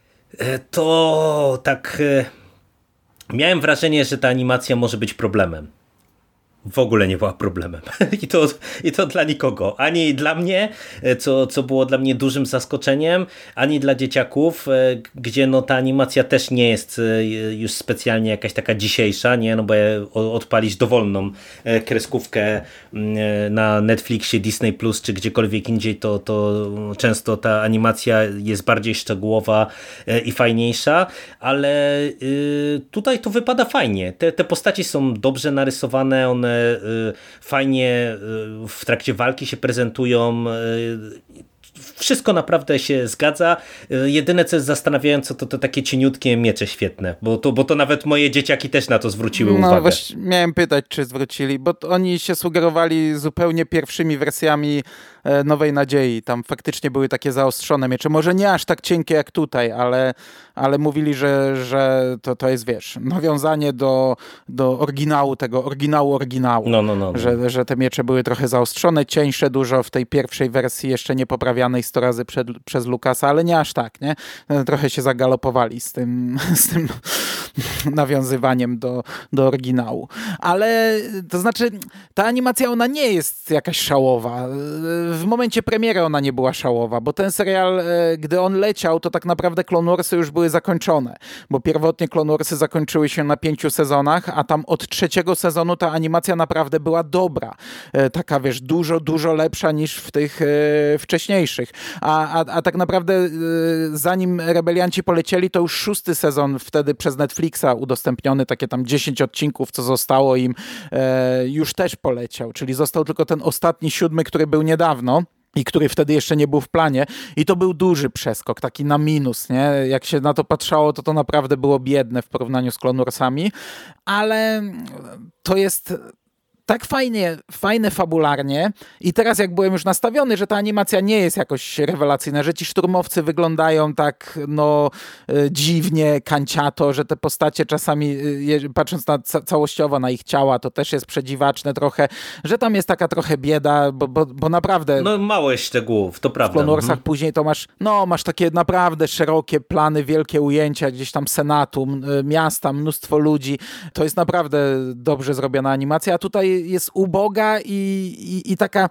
to tak miałem wrażenie, że ta animacja może być problemem. W ogóle nie była problemem. I to dla nikogo. Ani dla mnie, co było dla mnie dużym zaskoczeniem, ani dla dzieciaków, gdzie no ta animacja też nie jest już specjalnie jakaś taka dzisiejsza, nie? No bo odpalić dowolną kreskówkę na Netflixie, Disney Plus czy gdziekolwiek indziej, to często ta animacja jest bardziej szczegółowa i fajniejsza, ale tutaj to wypada fajnie. Te postaci są dobrze narysowane, one fajnie w trakcie walki się prezentują. Wszystko naprawdę się zgadza. Jedyne co jest zastanawiające to takie cieniutkie miecze świetne, bo to nawet moje dzieciaki też na to zwróciły uwagę. No właśnie miałem pytać, czy zwrócili, bo oni się sugerowali zupełnie pierwszymi wersjami Nowej Nadziei. Tam faktycznie były takie zaostrzone miecze. Może nie aż tak cienkie jak tutaj, ale mówili, że to jest, wiesz, nawiązanie do oryginału, tego oryginału. No. Że te miecze były trochę zaostrzone, cieńsze dużo w tej pierwszej wersji, jeszcze nie poprawianej 100 razy przez Lucasa, ale nie aż tak, nie? Trochę się zagalopowali z tym nawiązywaniem do oryginału. Ale to znaczy, ta animacja, ona nie jest jakaś szałowa. W momencie premiery ona nie była szałowa, bo ten serial, gdy on leciał, to tak naprawdę Clone Warsy już były zakończone, bo pierwotnie Clone Warsy zakończyły się na 5 sezonach, a tam od 3. sezonu ta animacja naprawdę była dobra. Taka, wiesz, dużo lepsza niż w tych wcześniejszych. A tak naprawdę zanim rebelianci polecieli, to już 6. sezon wtedy przez Netflixa udostępniony, takie tam 10 odcinków, co zostało im, już też poleciał. Czyli został tylko ten ostatni 7, który był niedawno i który wtedy jeszcze nie był w planie. I to był duży przeskok, taki na minus, nie? Jak się na to patrzało, to naprawdę było biedne w porównaniu z Clone Warsami, ale to jest tak fajne fabularnie i teraz jak byłem już nastawiony, że ta animacja nie jest jakoś rewelacyjna, że ci szturmowcy wyglądają tak dziwnie, kanciato, że te postacie czasami, patrząc całościowo na ich ciała, to też jest przedziwaczne trochę, że tam jest taka trochę bieda, bo naprawdę... No mało szczegółów, to prawda. W Clone Warsach później to masz takie naprawdę szerokie plany, wielkie ujęcia, gdzieś tam Senatu, miasta, mnóstwo ludzi. To jest naprawdę dobrze zrobiona animacja, a tutaj jest uboga i taka,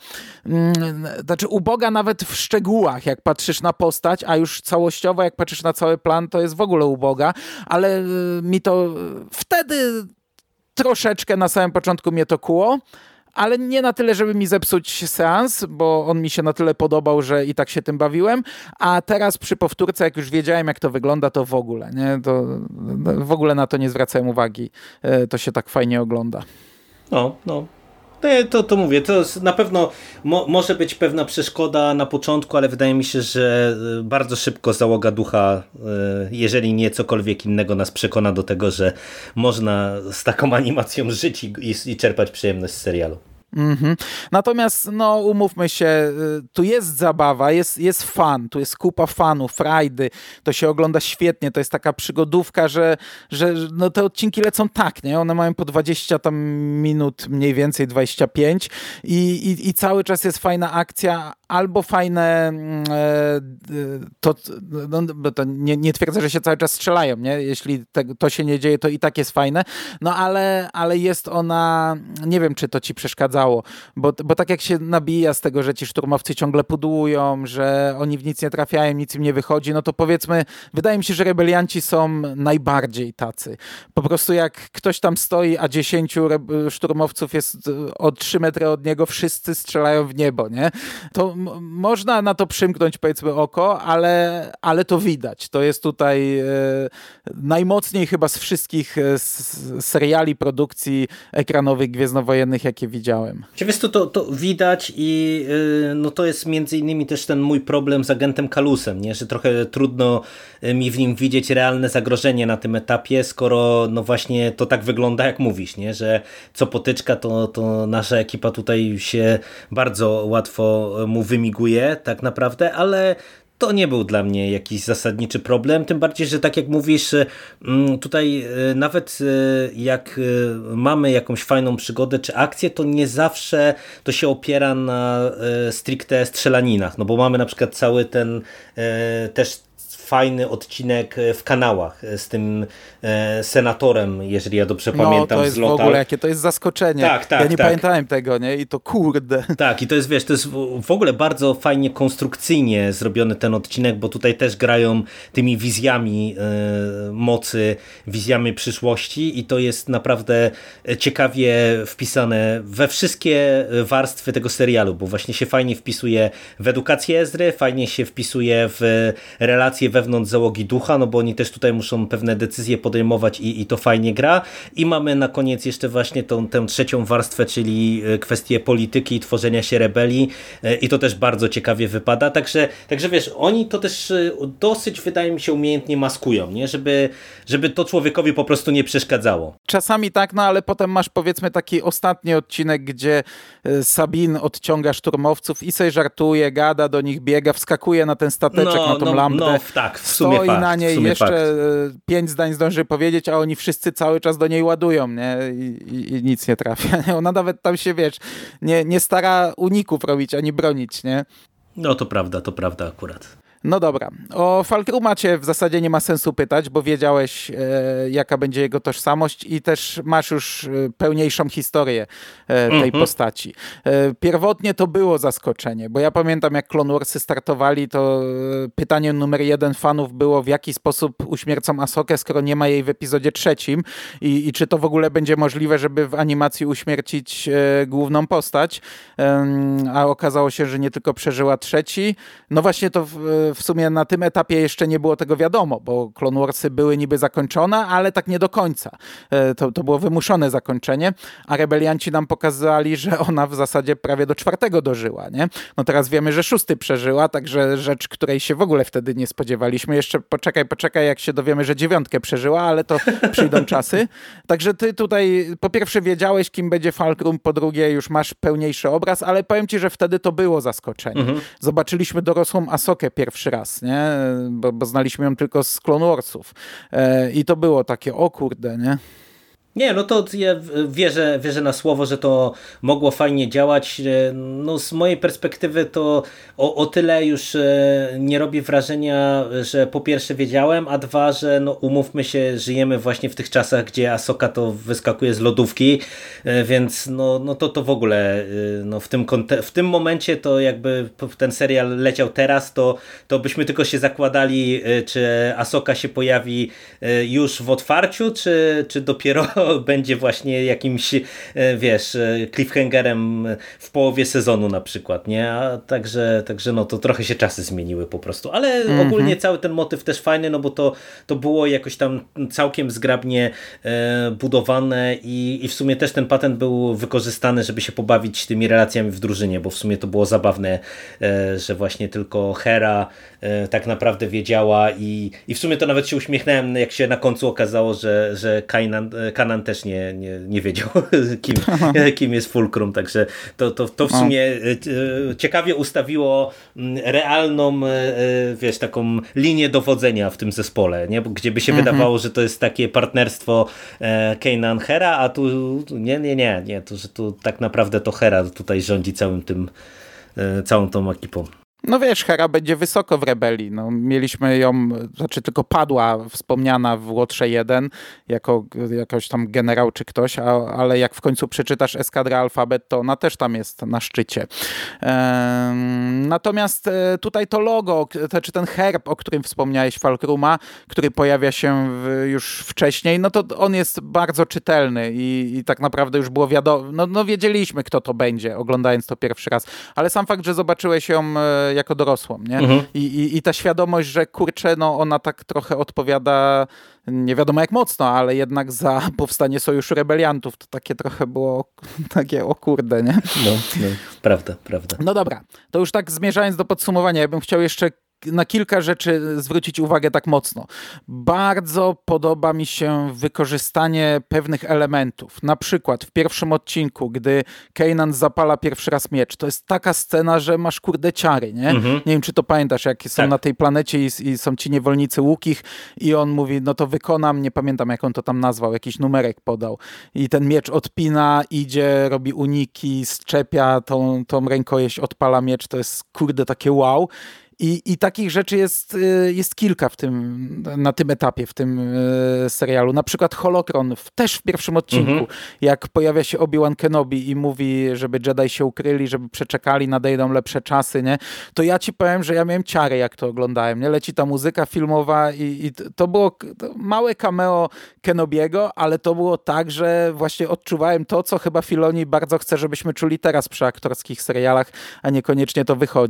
znaczy uboga nawet w szczegółach, jak patrzysz na postać, a już całościowo, jak patrzysz na cały plan, to jest w ogóle uboga, ale mi to wtedy troszeczkę na samym początku mnie to kuło, ale nie na tyle, żeby mi zepsuć seans, bo on mi się na tyle podobał, że i tak się tym bawiłem, a teraz przy powtórce, jak już wiedziałem, jak to wygląda, to w ogóle, nie? To w ogóle na to nie zwracałem uwagi. To się tak fajnie ogląda. No. To mówię, to na pewno może być pewna przeszkoda na początku, ale wydaje mi się, że bardzo szybko załoga ducha, jeżeli nie cokolwiek innego, nas przekona do tego, że można z taką animacją żyć i czerpać przyjemność z serialu. Natomiast umówmy się, tu jest zabawa, jest fan, tu jest kupa fanów, frajdy, to się ogląda świetnie, to jest taka przygodówka, że te odcinki lecą tak, nie? One mają po 20 tam minut, mniej więcej 25 i cały czas jest fajna akcja, albo fajne to nie twierdzę, że się cały czas strzelają, nie? Jeśli to się nie dzieje, to i tak jest fajne, ale jest ona, nie wiem, czy to ci przeszkadzało, bo tak jak się nabija z tego, że ci szturmowcy ciągle pudłują, że oni w nic nie trafiają, nic im nie wychodzi, no to powiedzmy, wydaje mi się, że rebelianci są najbardziej tacy. Po prostu jak ktoś tam stoi, a 10 szturmowców jest o 3 metry od niego, wszyscy strzelają w niebo, nie? To można na to przymknąć, powiedzmy, oko, ale to widać. To jest tutaj najmocniej chyba z wszystkich seriali, produkcji ekranowych gwiezdnowojennych, jakie widziałem. Wiesz co, to widać i to jest między innymi też ten mój problem z agentem Kalusem, nie? Że trochę trudno mi w nim widzieć realne zagrożenie na tym etapie, skoro właśnie to tak wygląda, jak mówisz, nie? Że co potyczka, to nasza ekipa tutaj się bardzo łatwo mu wymiguje tak naprawdę, ale to nie był dla mnie jakiś zasadniczy problem, tym bardziej, że tak jak mówisz, tutaj nawet jak mamy jakąś fajną przygodę czy akcję, to nie zawsze to się opiera na stricte strzelaninach, bo mamy na przykład cały ten też fajny odcinek w kanałach z tym senatorem, jeżeli ja dobrze pamiętam. To jest w ogóle, jakie to jest zaskoczenie. Tak, ja nie pamiętałem tego, nie? I to kurde. Tak, i to jest, wiesz, to jest w ogóle bardzo fajnie konstrukcyjnie zrobiony ten odcinek, bo tutaj też grają tymi wizjami mocy, wizjami przyszłości i to jest naprawdę ciekawie wpisane we wszystkie warstwy tego serialu, bo właśnie się fajnie wpisuje w edukację Ezry, fajnie się wpisuje w relacje wewnątrz załogi ducha, no bo oni też tutaj muszą pewne decyzje podejmować i to fajnie gra. I mamy na koniec jeszcze właśnie tę trzecią warstwę, czyli kwestię polityki i tworzenia się rebelii i to też bardzo ciekawie wypada. Także wiesz, oni to też dosyć, wydaje mi się, umiejętnie maskują, nie? Żeby to człowiekowi po prostu nie przeszkadzało. Czasami tak, no ale potem masz powiedzmy taki ostatni odcinek, gdzie Sabine odciąga szturmowców i sobie żartuje, gada do nich, biega, wskakuje na ten stateczek, na tą lampę. No tak, w sumie stoi fakt, na niej, jeszcze fakt. 5 zdań zdąży powiedzieć, a oni wszyscy cały czas do niej ładują, nie? I nic nie trafia. Ona nawet tam się, wiesz, nie stara uników robić, ani bronić, nie? No to prawda akurat. No dobra, o Falkruma cię w zasadzie nie ma sensu pytać, bo wiedziałeś jaka będzie jego tożsamość i też masz już pełniejszą historię tej postaci. Pierwotnie to było zaskoczenie, bo ja pamiętam jak Clone Warsy startowali, to pytanie numer 1 fanów było, w jaki sposób uśmiercą Asokę, skoro nie ma jej w epizodzie 3 i czy to w ogóle będzie możliwe, żeby w animacji uśmiercić główną postać, a okazało się, że nie tylko przeżyła 3. No właśnie to w sumie na tym etapie jeszcze nie było tego wiadomo, bo Clone Warsy były niby zakończone, ale tak nie do końca. To było wymuszone zakończenie, a rebelianci nam pokazali, że ona w zasadzie prawie do 4 dożyła, nie? No teraz wiemy, że 6 przeżyła, także rzecz, której się w ogóle wtedy nie spodziewaliśmy. Jeszcze poczekaj, jak się dowiemy, że 9 przeżyła, ale to przyjdą czasy. Także ty tutaj po pierwsze wiedziałeś, kim będzie Falkrum, po drugie już masz pełniejszy obraz, ale powiem ci, że wtedy to było zaskoczenie. Zobaczyliśmy dorosłą Asokę pierwszy raz, nie? Bo znaliśmy ją tylko z Clone Warsów. I to było takie, o kurde, nie? Nie, no to ja wierzę na słowo, że to mogło fajnie działać. No z mojej perspektywy to o tyle już nie robi wrażenia, że po pierwsze wiedziałem, a dwa, że no umówmy się, żyjemy właśnie w tych czasach, gdzie Asoka to wyskakuje z lodówki, więc no to w ogóle no w tym momencie to jakby ten serial leciał teraz, to byśmy tylko się zakładali, czy Asoka się pojawi już w otwarciu, czy dopiero będzie właśnie jakimś, wiesz, cliffhangerem w połowie sezonu na przykład, nie? A także no to trochę się czasy zmieniły po prostu, ale ogólnie cały ten motyw też fajny, no bo to było jakoś tam całkiem zgrabnie budowane i w sumie też ten patent był wykorzystany, żeby się pobawić tymi relacjami w drużynie, bo w sumie to było zabawne, że właśnie tylko Hera tak naprawdę wiedziała i w sumie to nawet się uśmiechnąłem, jak się na końcu okazało, że Kanan też nie wiedział, kim jest Fulcrum, także to w sumie ciekawie ustawiło realną, wiesz, taką linię dowodzenia w tym zespole, nie? Gdzie by się wydawało, że to jest takie partnerstwo Kanan-Hera, a tu nie, to że tu tak naprawdę to Hera tutaj rządzi całą tą ekipą. No wiesz, Hera będzie wysoko w rebelii. No, mieliśmy ją, znaczy tylko padła wspomniana w Łotrze 1 jako jakoś tam generał czy ktoś, ale jak w końcu przeczytasz Eskadrę Alfabet, to ona też tam jest na szczycie. Natomiast tutaj to logo, czy ten herb, o którym wspomniałeś, Falkruma, który pojawia się już wcześniej, no to on jest bardzo czytelny i tak naprawdę już było wiadomo, no wiedzieliśmy, kto to będzie, oglądając to pierwszy raz, ale sam fakt, że zobaczyłeś ją jako dorosłą, nie? I ta świadomość, że kurczę, no ona tak trochę odpowiada, nie wiadomo jak mocno, ale jednak za powstanie Sojuszu Rebeliantów, to takie trochę było takie o kurde, nie? No, prawda. No dobra, to już tak zmierzając do podsumowania, ja bym chciał jeszcze na kilka rzeczy zwrócić uwagę tak mocno. Bardzo podoba mi się wykorzystanie pewnych elementów. Na przykład w pierwszym odcinku, gdy Kanan zapala pierwszy raz miecz, to jest taka scena, że masz kurde ciary, nie? Nie wiem, czy to pamiętasz, jak są na tej planecie i są ci niewolnicy Łukich i on mówi, no to wykonam, nie pamiętam jak on to tam nazwał, jakiś numerek podał. I ten miecz odpina, idzie, robi uniki, szczepia tą rękojeść, odpala miecz, to jest kurde takie wow. I takich rzeczy jest kilka na tym etapie, w tym serialu. Na przykład Holokron, też w pierwszym odcinku, jak pojawia się Obi-Wan Kenobi i mówi, żeby Jedi się ukryli, żeby przeczekali, nadejdą lepsze czasy, nie? To ja ci powiem, że ja miałem ciary, jak to oglądałem, nie? Leci ta muzyka filmowa i to było małe cameo Kenobiego, ale to było tak, że właśnie odczuwałem to, co chyba Filoni bardzo chce, żebyśmy czuli teraz przy aktorskich serialach, a niekoniecznie to wychodzi.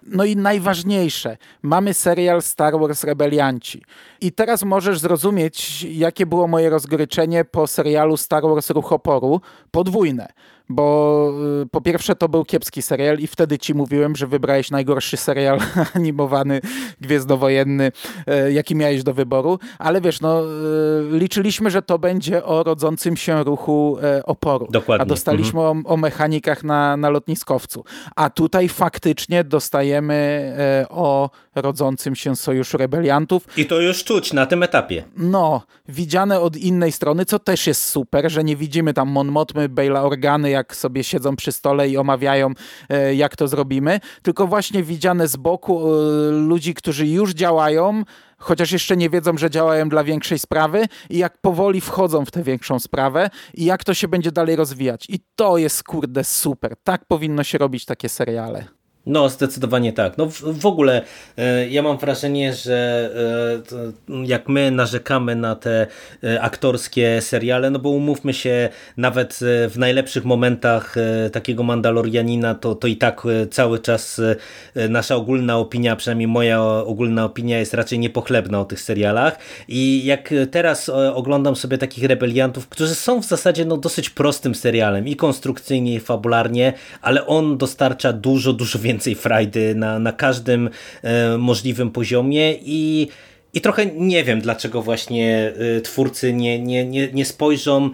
No i najważniejsze, mamy serial Star Wars Rebelianci. I teraz możesz zrozumieć, jakie było moje rozgoryczenie po serialu Star Wars Ruch Oporu, podwójne. Bo po pierwsze to był kiepski serial i wtedy ci mówiłem, że wybrałeś najgorszy serial animowany, gwiezdnowojenny, jaki miałeś do wyboru, ale wiesz, liczyliśmy, że to będzie o rodzącym się ruchu oporu. Dokładnie. A dostaliśmy o mechanikach na lotniskowcu. A tutaj faktycznie dostajemy o rodzącym się sojuszu rebeliantów. I to już czuć na tym etapie. No, widziane od innej strony, co też jest super, że nie widzimy tam Mon Mothmy, Baila Organy, jak sobie siedzą przy stole i omawiają, jak to zrobimy, tylko właśnie widziane z boku ludzi, którzy już działają, chociaż jeszcze nie wiedzą, że działają dla większej sprawy i jak powoli wchodzą w tę większą sprawę i jak to się będzie dalej rozwijać. I to jest, kurde, super. Tak powinno się robić takie seriale. No, zdecydowanie tak. No w ogóle ja mam wrażenie, że jak my narzekamy na te aktorskie seriale, no bo umówmy się, nawet w najlepszych momentach takiego Mandalorianina, to i tak cały czas nasza ogólna opinia, przynajmniej moja ogólna opinia jest raczej niepochlebna o tych serialach. I jak teraz oglądam sobie takich rebeliantów, którzy są w zasadzie dosyć prostym serialem i konstrukcyjnie, i fabularnie, ale on dostarcza dużo więcej frajdy na każdym możliwym poziomie i trochę nie wiem, dlaczego właśnie twórcy nie spojrzą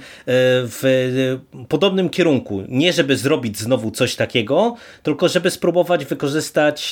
w podobnym kierunku. Nie żeby zrobić znowu coś takiego, tylko żeby spróbować wykorzystać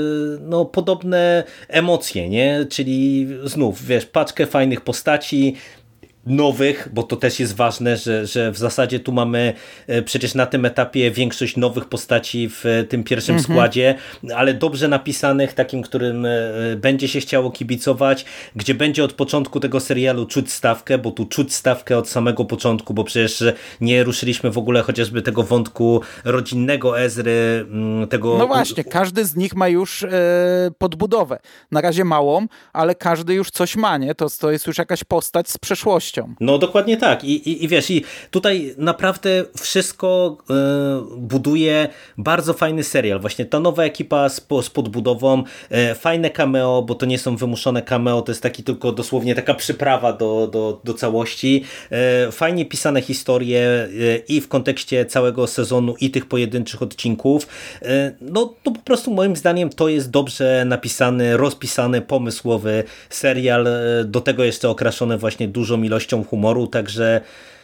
podobne emocje, nie? Czyli znów, wiesz, paczkę fajnych postaci, nowych, bo to też jest ważne, że w zasadzie tu mamy przecież na tym etapie większość nowych postaci w tym pierwszym składzie, ale dobrze napisanych, takim, którym będzie się chciało kibicować, gdzie będzie od początku tego serialu czuć stawkę, bo tu czuć stawkę od samego początku, bo przecież nie ruszyliśmy w ogóle chociażby tego wątku rodzinnego Ezry, tego... No właśnie, każdy z nich ma już podbudowę. Na razie małą, ale każdy już coś ma, nie? To jest już jakaś postać z przeszłości. No dokładnie tak. I wiesz, i tutaj naprawdę wszystko buduje bardzo fajny serial. Właśnie ta nowa ekipa z podbudową, fajne cameo, bo to nie są wymuszone cameo, to jest taki tylko dosłownie taka przyprawa do całości. Fajnie pisane historie i w kontekście całego sezonu i tych pojedynczych odcinków. No to po prostu moim zdaniem to jest dobrze napisany, rozpisany, pomysłowy serial, do tego jeszcze okraszony właśnie dużą ilością humoru, także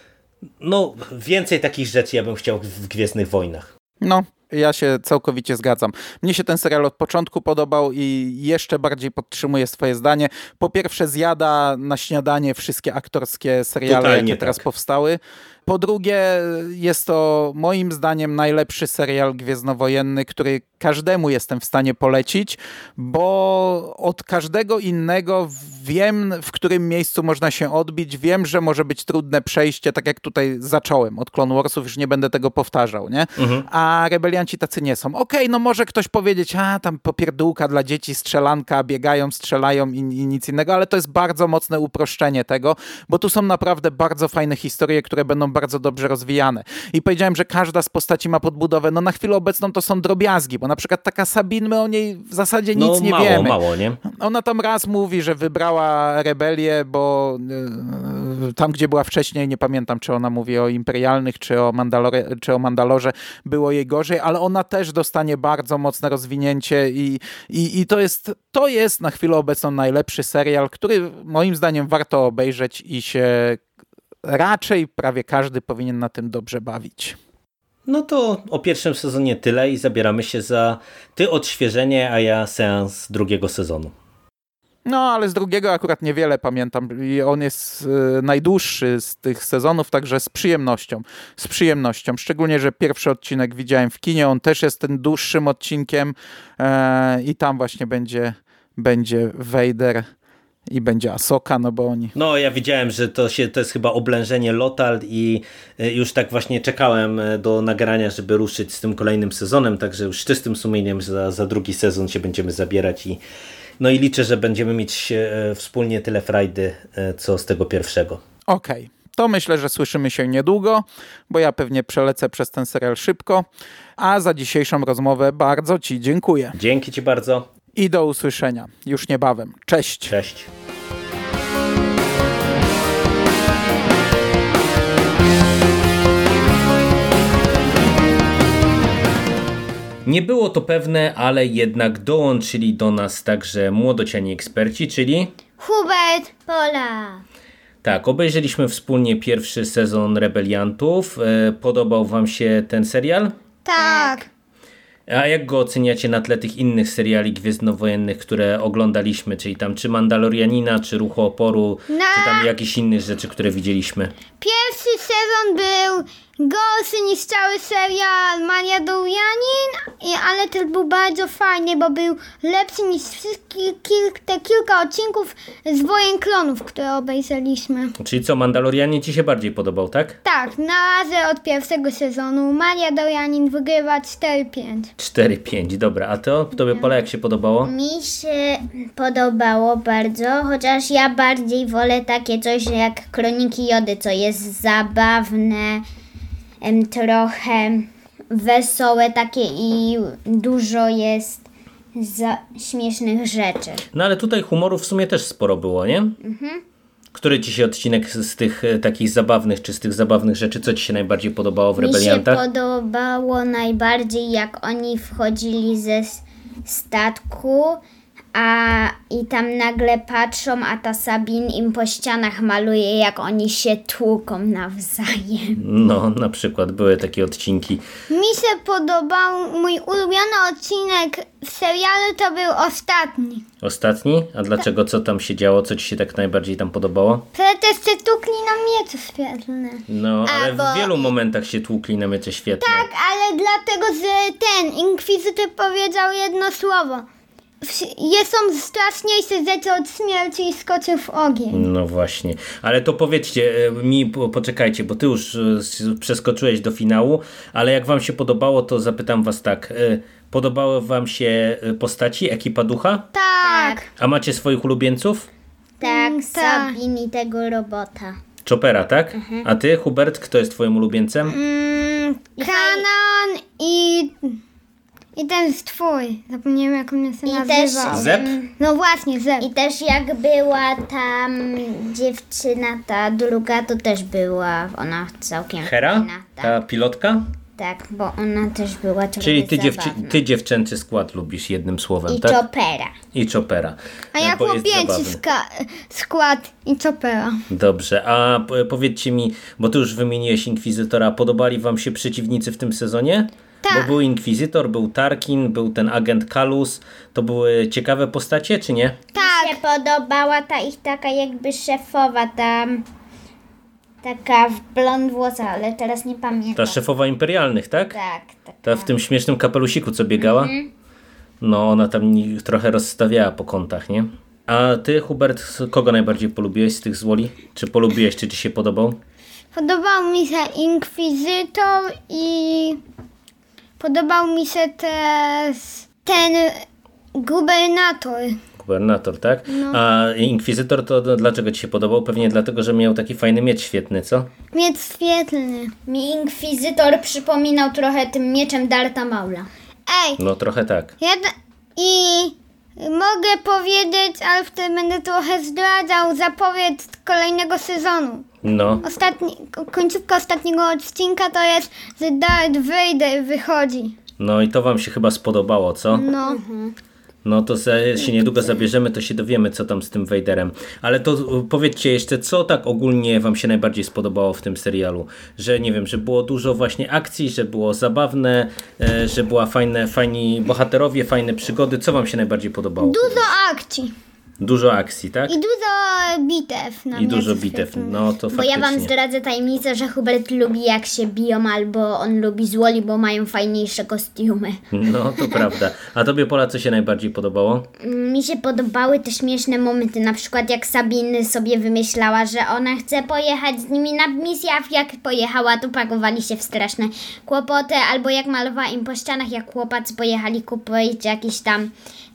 więcej takich rzeczy ja bym chciał w Gwiezdnych Wojnach. No, ja się całkowicie zgadzam. Mnie się ten serial od początku podobał i jeszcze bardziej podtrzymuję swoje zdanie. Po pierwsze zjada na śniadanie wszystkie aktorskie seriale, totalnie jakie teraz powstały. Po drugie, jest to moim zdaniem najlepszy serial gwiezdnowojenny, który każdemu jestem w stanie polecić, bo od każdego innego wiem, w którym miejscu można się odbić, wiem, że może być trudne przejście, tak jak tutaj zacząłem od Clone Warsów, już nie będę tego powtarzał, nie? A rebelianci tacy nie są. Okej, no może ktoś powiedzieć, tam popierdółka dla dzieci, strzelanka, biegają, strzelają i nic innego, ale to jest bardzo mocne uproszczenie tego, bo tu są naprawdę bardzo fajne historie, które będą bardzo dobrze rozwijane. I powiedziałem, że każda z postaci ma podbudowę. No na chwilę obecną to są drobiazgi, bo na przykład taka Sabine, my o niej w zasadzie nic nie wiemy. Mało, nie? Ona tam raz mówi, że wybrała rebelię, bo tam, gdzie była wcześniej, nie pamiętam, czy ona mówi o imperialnych, czy o Mandalorze, było jej gorzej, ale ona też dostanie bardzo mocne rozwinięcie i to jest na chwilę obecną najlepszy serial, który moim zdaniem warto obejrzeć i się raczej prawie każdy powinien na tym dobrze bawić. No to o pierwszym sezonie tyle i zabieramy się za odświeżenie, a ja seans drugiego sezonu. No, ale z drugiego akurat niewiele pamiętam i on jest najdłuższy z tych sezonów, także z przyjemnością. Z przyjemnością. Szczególnie, że pierwszy odcinek widziałem w kinie, on też jest tym dłuższym odcinkiem i tam właśnie będzie Vader i będzie Ahsoka, no bo oni... No, ja widziałem, że to jest chyba oblężenie Lothal i już tak właśnie czekałem do nagrania, żeby ruszyć z tym kolejnym sezonem, także już z czystym sumieniem za drugi sezon się będziemy zabierać i liczę, że będziemy mieć wspólnie tyle frajdy, co z tego pierwszego. Okej. to myślę, że słyszymy się niedługo, bo ja pewnie przelecę przez ten serial szybko. A za dzisiejszą rozmowę bardzo Ci dziękuję. Dzięki Ci bardzo. I do usłyszenia już niebawem. Cześć. Cześć. Nie było to pewne, ale jednak dołączyli do nas także młodociani eksperci, czyli Hubert, Pola. tak, obejrzeliśmy wspólnie pierwszy sezon Rebeliantów. Podobał Wam się ten serial? Tak. A jak go oceniacie na tle tych innych seriali gwiezdnowojennych, które oglądaliśmy, czyli tam czy Mandalorianina, czy Ruchu Oporu, czy tam jakichś innych rzeczy, które widzieliśmy? Pierwszy sezon był gorszy niż cały serial Mandalorianin, ale też był bardzo fajny, bo był lepszy niż te kilka odcinków z Wojen Klonów, które obejrzeliśmy. Czyli co, Mandalorianin Ci się bardziej podobał, tak? Tak, na razie od pierwszego sezonu Mandalorianin wygrywa 4-5. 4-5, dobra. A to Tobie, Pola, jak się podobało? Mi się podobało bardzo, chociaż ja bardziej wolę takie coś jak Kroniki Jody, co jest zabawne, trochę wesołe takie i dużo jest śmiesznych rzeczy. No ale tutaj humoru w sumie też sporo było, nie? Który Ci się odcinek z tych takich zabawnych, czy z tych zabawnych rzeczy, co Ci się najbardziej podobało w Rebeliantach? Mi się podobało najbardziej, jak oni wchodzili ze statku i tam nagle patrzą, a ta Sabine im po ścianach maluje, jak oni się tłuką nawzajem. No, na przykład były takie odcinki. Mi się podobał, mój ulubiony odcinek w serialu to był ostatni. Ostatni? A dlaczego? Co tam się działo? Co Ci się tak najbardziej tam podobało? Przecież się tukli na miecze świetlne. No, ale w wielu momentach się tłukli na miecze świetne. Tak, ale dlatego, że ten Inkwizytor powiedział jedno słowo. Są straszniejsze rzeczy od śmierci i skoczył w ogień. No właśnie. Ale to powiedzcie mi, poczekajcie, bo Ty już przeskoczyłeś do finału, ale jak Wam się podobało, to zapytam Was tak. Podobały Wam się postaci, ekipa ducha? Tak. A macie swoich ulubieńców? Tak, tak. Sabine i tego robota. Choppera, tak? A Ty, Hubert, kto jest Twoim ulubieńcem? Kanon i ten stwój. Zapomniałem, jak on się nazywał. Zep? No właśnie, Zep. I też jak była tam dziewczyna, ta druga, to też była ona całkiem Hera? fajna. Ta Tak, pilotka? tak, bo ona też była trochę Czyli zabawna. ty dziewczęcy skład lubisz jednym słowem, I tak? Choppera. I Choppera. A ja Bo jest chłopięci zabawny. skład i Choppera. Dobrze, a powiedzcie mi, bo Ty już wymieniłeś Inkwizytora, podobali Wam się przeciwnicy w tym sezonie? Tak. Bo był Inkwizytor, był Tarkin, był ten agent Kalus. To były ciekawe postacie, czy nie? Mi się podobała ta ich taka jakby szefowa tam, taka w blond włosach, ale teraz nie pamiętam. Ta szefowa imperialnych, tak? Tak. Ta w tym śmiesznym kapelusiku, co biegała? No, ona tam trochę rozstawiała po kątach, nie? A Ty, Hubert, kogo najbardziej polubiłeś z tych złoli? Czy polubiłeś, czy Ci się podobał? Podobał mi się Inkwizytor i podobał mi się też ten gubernator. Gubernator, tak? A Inkwizytor to dlaczego Ci się podobał? Pewnie dlatego, że miał taki fajny miecz świetny, co? Miecz świetlny. Mi Inkwizytor przypominał trochę tym mieczem Darta Maula. Ej, No trochę tak. i mogę powiedzieć, ale wtedy będę trochę zdradzał zapowiedź kolejnego sezonu. No, Końcówka ostatniego odcinka to jest, że Darth Vader wychodzi. no i to Wam się chyba spodobało, co? No. No to się niedługo zabierzemy, to się dowiemy, co tam z tym Vaderem. Ale to powiedzcie jeszcze, co tak ogólnie Wam się najbardziej spodobało w tym serialu? Że nie wiem, że było dużo właśnie akcji, że było zabawne, że była fajni bohaterowie, fajne przygody. Co Wam się najbardziej podobało? Dużo akcji. Dużo akcji, tak? I dużo bitew. I dużo bitew. No to Bo faktycznie. ja wam zdradzę tajemnicę, że Hubert lubi jak się biją, albo on lubi złoli, bo mają fajniejsze kostiumy. No to prawda. A Tobie, Pola, co się najbardziej podobało? Mi się podobały te śmieszne momenty, na przykład jak Sabiny sobie wymyślała, że ona chce pojechać z nimi na misję, a jak pojechała, to pakowali się w straszne kłopoty, albo jak malowała im po ścianach, jak chłopacy pojechali kupić jakiś tam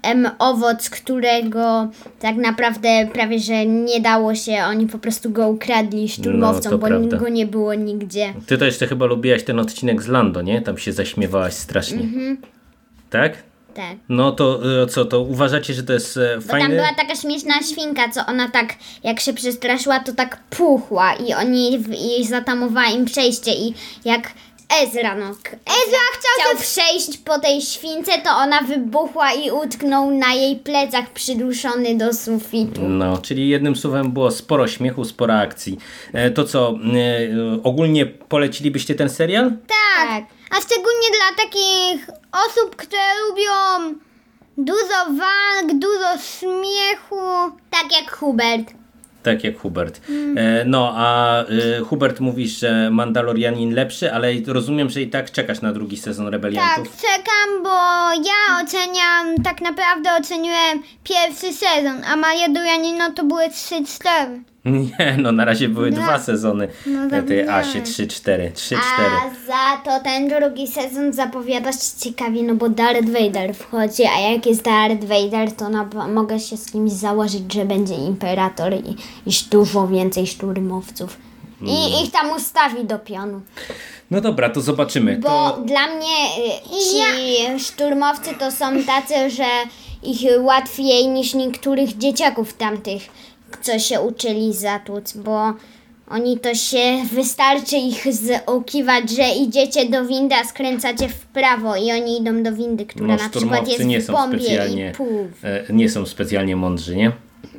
owoc, którego tak naprawdę prawie, że nie dało się, oni po prostu go ukradli szturmowcom, to bo prawda. go nie było nigdzie. Ty to jeszcze chyba lubiłaś ten odcinek z Lando, nie? Tam się zaśmiewałaś strasznie. Tak? Tak. No to co, to uważacie, że to jest Bo tam fajny? była taka śmieszna świnka, co ona tak, jak się przestraszyła, to tak puchła i jej zatamowała im przejście i jak Ezra chciał przejść po tej śwince, to ona wybuchła i utknął na jej plecach przyduszony do sufitu. No, czyli jednym słowem było sporo śmiechu, sporo akcji. To co, ogólnie polecilibyście ten serial? Tak. A szczególnie dla takich osób, które lubią dużo walk, dużo śmiechu. Tak jak Hubert. Tak jak Hubert. No, a Hubert mówisz, że Mandalorianin lepszy, ale rozumiem, że i tak czekasz na drugi sezon Tak, Rebeliantów. czekam, bo ja tak naprawdę oceniłem pierwszy sezon, a Mandalorianina to były 3-4. Nie, no na razie były 2 sezony tej zapomniałem. Asie, 3-4. A za to ten drugi sezon zapowiada się ciekawie, no bo Darth Vader wchodzi, a jak jest Darth Vader, to mogę się z kimś założyć, że będzie imperator i dużo więcej szturmowców. I ich tam ustawi do pionu. No dobra, to zobaczymy. Bo dla mnie ci szturmowcy to są tacy, że ich łatwiej niż niektórych dzieciaków tamtych, co się uczyli zatłuc, bo oni to się, wystarczy ich ukiwać, że idziecie do windy, a skręcacie w prawo i oni idą do windy, która No, na przykład szturmowcy jest nie w są bombie specjalnie, i pół. nie są specjalnie mądrzy, nie?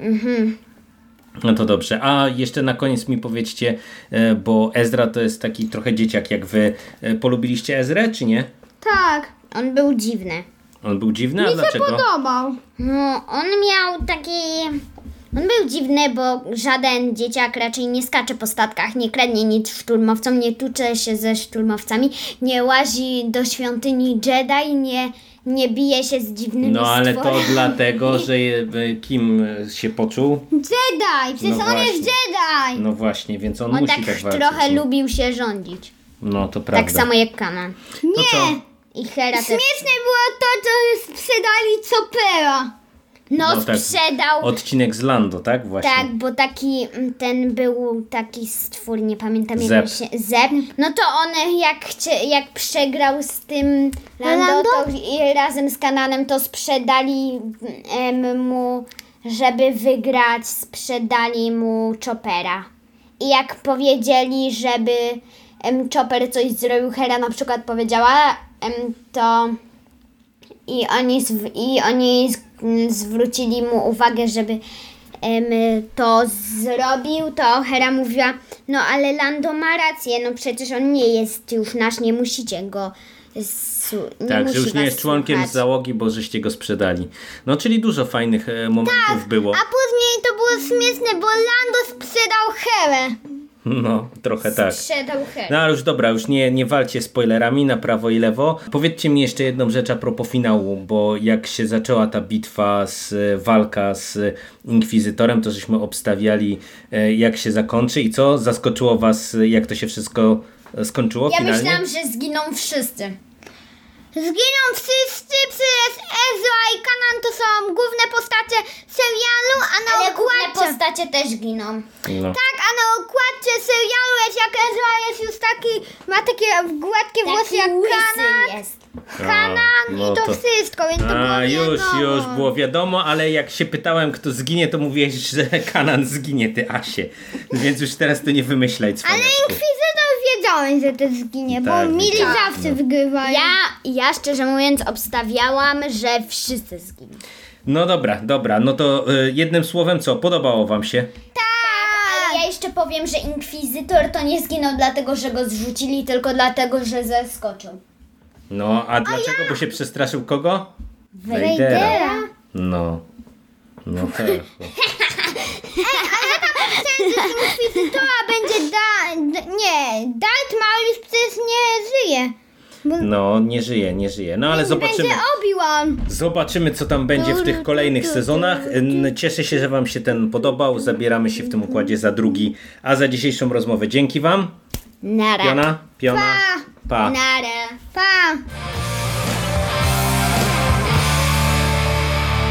No to dobrze. A jeszcze na koniec mi powiedzcie, bo Ezra to jest taki trochę dzieciak jak wy. Polubiliście Ezrę, czy nie? Tak, On był dziwny. On był dziwny, a mi się dlaczego? podobał. No, on miał taki... On był dziwny, bo żaden dzieciak raczej nie skacze po statkach, nie kradnie nic szturmowcom, nie tucze się ze szturmowcami, nie łazi do świątyni Jedi, nie bije się z dziwnymi No ale to stworami. dlatego, że kim się poczuł? Jedi, przecież No on jest właśnie. Jedi. No właśnie, więc on On musi tak tak walczyć. trochę no. lubił się rządzić. No to prawda. Tak samo jak Kanan. To co? I Hera też. Śmieszne było to, że sprzedali Chopera. No, tak. sprzedał. Odcinek z Lando, tak? Właśnie. Tak, bo taki, ten był taki stwór, nie pamiętam Zeb. jak się... Zeb. No to on jak przegrał z tym Lando, to i razem z Kananem to sprzedali mu, żeby wygrać, sprzedali mu Chopera. I jak powiedzieli, żeby Chopper coś zrobił, Hera na przykład powiedziała, to... I oni zwrócili mu uwagę, żeby to zrobił, to Hera mówiła, no ale Lando ma rację, no przecież on nie jest już nasz, nie musicie go Tak, że już nie was jest członkiem słuchać. załogi, bo żeście go sprzedali. No czyli dużo fajnych momentów było. A później to było śmieszne, bo Lando sprzedał Herę. No, trochę tak. Sprzedał Herę. No ale już dobra, już nie walcie spoilerami na prawo i lewo. Powiedzcie mi jeszcze jedną rzecz a propos finału, bo jak się zaczęła ta bitwa, walka z Inkwizytorem, to żeśmy obstawiali jak się zakończy i co? Zaskoczyło was, jak to się wszystko skończyło Ja finalnie? myślałam, że zginą wszyscy. Zginą wszyscy, przecież Ezra i Kanan to są główne postacie serialu, a na Ale główne okładce... postacie też giną. No. Tak, a na okładce serialu jest jak Ezra jest już taki, ma takie gładkie włosy jak Kanan. jest. Kanan no i to, to- wszystko, więc to było A już wiadomo. było wiadomo, ale jak się pytałem kto zginie, to mówiłeś, że Kanan zginie, ty Asie. Więc już teraz to nie wymyślaj Ale cwaniaczku. Inkwizytor wiedziałem, że to zginie, Tak, bo mili wiedziałem, zawsze no. wygrywają. Ja szczerze mówiąc obstawiałam, że wszyscy zginą. No dobra, no to jednym słowem co, podobało wam się? Ale ja jeszcze powiem, że Inkwizytor to nie zginął dlatego, że go zrzucili, tylko dlatego, że zeskoczył. No, a dlaczego? Bo się przestraszył kogo? Vadera. No. No tak. Inkwizytora będzie Darth Maul przecież nie żyje. No, nie żyje. No ale zobaczymy. Będzie Obi-Wan. Zobaczymy, co tam będzie w tych kolejnych sezonach. Cieszę się, że wam się ten podobał. Zabieramy się w tym układzie za drugi. A za dzisiejszą rozmowę dzięki wam. Nara. Piona. Pa. Nara. Pa.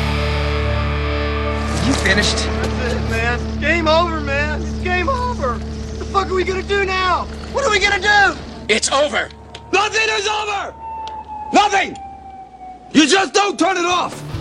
finished? That's it, man. Game over, man. It's game over. What the fuck are we gonna do now? What are we gonna do? It's over. Nothing is over. Nothing. You just don't turn it off.